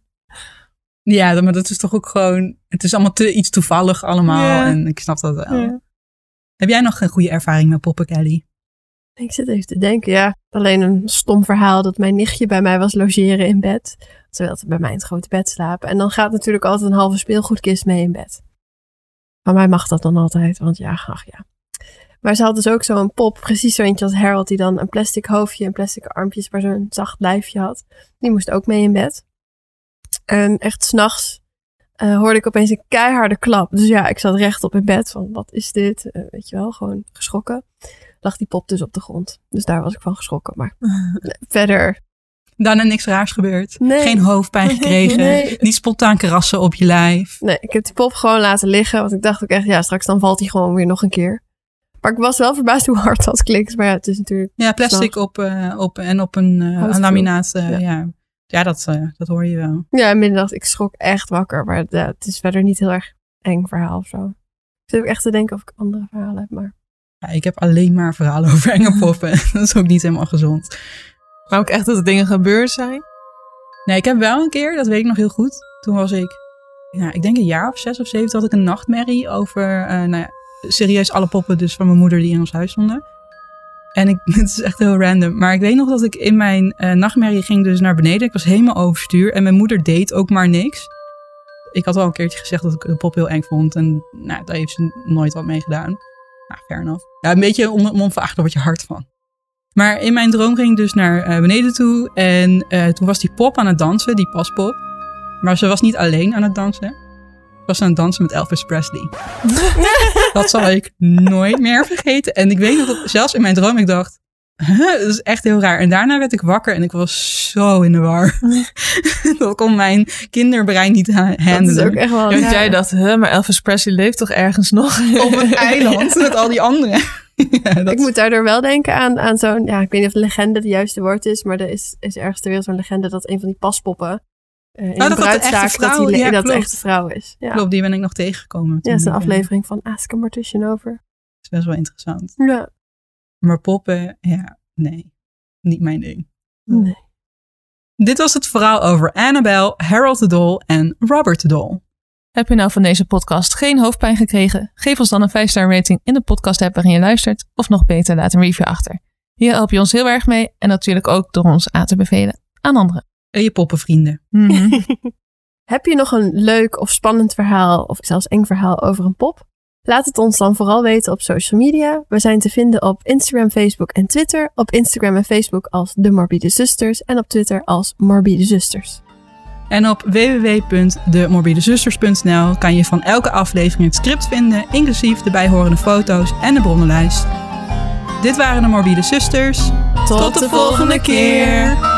Speaker 1: Ja, maar dat is toch ook gewoon, het is allemaal te, iets toevallig allemaal. Ja. En ik snap dat wel. Ja. Heb jij nog een goede ervaring met poppen, Kelly?
Speaker 2: Ik zit even te denken, ja. Alleen een stom verhaal dat mijn nichtje bij mij was logeren in bed. Ze wilde bij mij in het grote bed slapen. En dan gaat natuurlijk altijd een halve speelgoedkist mee in bed. Van mij mag dat dan altijd, want ja, ach ja. Maar ze had dus ook zo'n pop, precies zo eentje als Harold, die dan een plastic hoofdje en plastic armpjes, maar zo'n zacht lijfje had. Die moest ook mee in bed. En echt 's nachts uh, hoorde ik opeens een keiharde klap. Dus ja, ik zat rechtop in bed van, wat is dit? Uh, weet je wel, gewoon geschrokken. Lag die pop dus op de grond. Dus daar was ik van geschrokken. Maar nee, verder...
Speaker 1: Daarna niks raars gebeurd.
Speaker 2: Nee.
Speaker 1: Geen hoofdpijn gekregen.
Speaker 2: Nee.
Speaker 1: Niet spontaan krassen op je lijf.
Speaker 2: Nee, ik heb die pop gewoon laten liggen. Want ik dacht ook echt, ja, straks dan valt hij gewoon weer nog een keer. Maar ik was wel verbaasd hoe hard dat klinkt. Maar ja, het is natuurlijk...
Speaker 1: Ja, plastic op, uh, op en op een uh, laminaat. Uh, ja, ja. ja dat, uh, dat hoor je wel.
Speaker 2: Ja, in middag, ik schrok echt wakker. Maar uh, het is verder niet heel erg eng verhaal of zo. Ik zit ook echt te denken of ik andere verhalen heb, maar...
Speaker 1: Ja, ik heb alleen maar verhalen over enge poppen. Dat is ook niet helemaal gezond.
Speaker 3: Maar ook echt dat er dingen gebeurd zijn?
Speaker 1: Nee, ik heb wel een keer, dat weet ik nog heel goed. Toen was ik, ja, ik denk een jaar of zes of zeven, had ik een nachtmerrie over, uh, nou ja, serieus alle poppen dus van mijn moeder die in ons huis stonden. En ik, het is echt heel random. Maar ik weet nog dat ik in mijn uh, nachtmerrie ging dus naar beneden. Ik was helemaal overstuur en mijn moeder deed ook maar niks. Ik had al een keertje gezegd dat ik de pop heel eng vond. En nou, daar heeft ze nooit wat mee gedaan. Nou, fair enough. Ja, een beetje om, om onverwacht, daar word je hard van. Maar in mijn droom ging ik dus naar uh, beneden toe. En uh, toen was die pop aan het dansen, die paspop. Maar ze was niet alleen aan het dansen. Ze was aan het dansen met Elvis Presley. Dat zal ik nooit meer vergeten. En ik weet nog dat zelfs in mijn droom ik dacht... Huh, dat is echt heel raar. En daarna werd ik wakker en ik was zo in de war. Dat kon mijn kinderbrein niet handelen.
Speaker 2: Dat is ook echt wel...
Speaker 3: Ja, want jij dacht, huh, maar Elvis Presley leeft toch ergens nog?
Speaker 1: Op een eiland met al die anderen. Ja, dat...
Speaker 2: Ik moet daardoor wel denken aan, aan zo'n... Ja, ik weet niet of legende het juiste woord is. Maar er is, is ergens ter wereld zo'n legende dat een van die paspoppen... Uh, in
Speaker 1: oh,
Speaker 2: de bruidstaak
Speaker 1: dat,
Speaker 2: dat die
Speaker 1: ja,
Speaker 2: dat de echte vrouw is. Ja.
Speaker 1: Klopt, die ben ik nog tegengekomen.
Speaker 2: Ja, dat is een aflevering van Ask a Mortician over.
Speaker 1: Dat is best wel interessant.
Speaker 2: Ja.
Speaker 1: Maar poppen, ja, nee. Niet mijn ding.
Speaker 2: Nee.
Speaker 1: Dit was het verhaal over Annabelle, Harold de Doll en Robert de Doll.
Speaker 3: Heb je nou van deze podcast geen hoofdpijn gekregen? Geef ons dan een vijf star rating in de podcast app waarin je luistert. Of nog beter, laat een review achter. Hier help je ons heel erg mee. En natuurlijk ook door ons aan te bevelen aan anderen.
Speaker 1: En je poppenvrienden.
Speaker 3: Mm-hmm.
Speaker 2: Heb je nog een leuk of spannend verhaal of zelfs eng verhaal over een pop? Laat het ons dan vooral weten op social media. We zijn te vinden op Instagram, Facebook en Twitter. Op Instagram en Facebook als De Morbide Zusters en op Twitter als Morbide Zusters.
Speaker 1: En op w w w punt de morbide zusters punt n l kan je van elke aflevering het script vinden, inclusief de bijhorende foto's en de bronnenlijst. Dit waren de Morbide Zusters.
Speaker 2: Tot, Tot de volgende keer!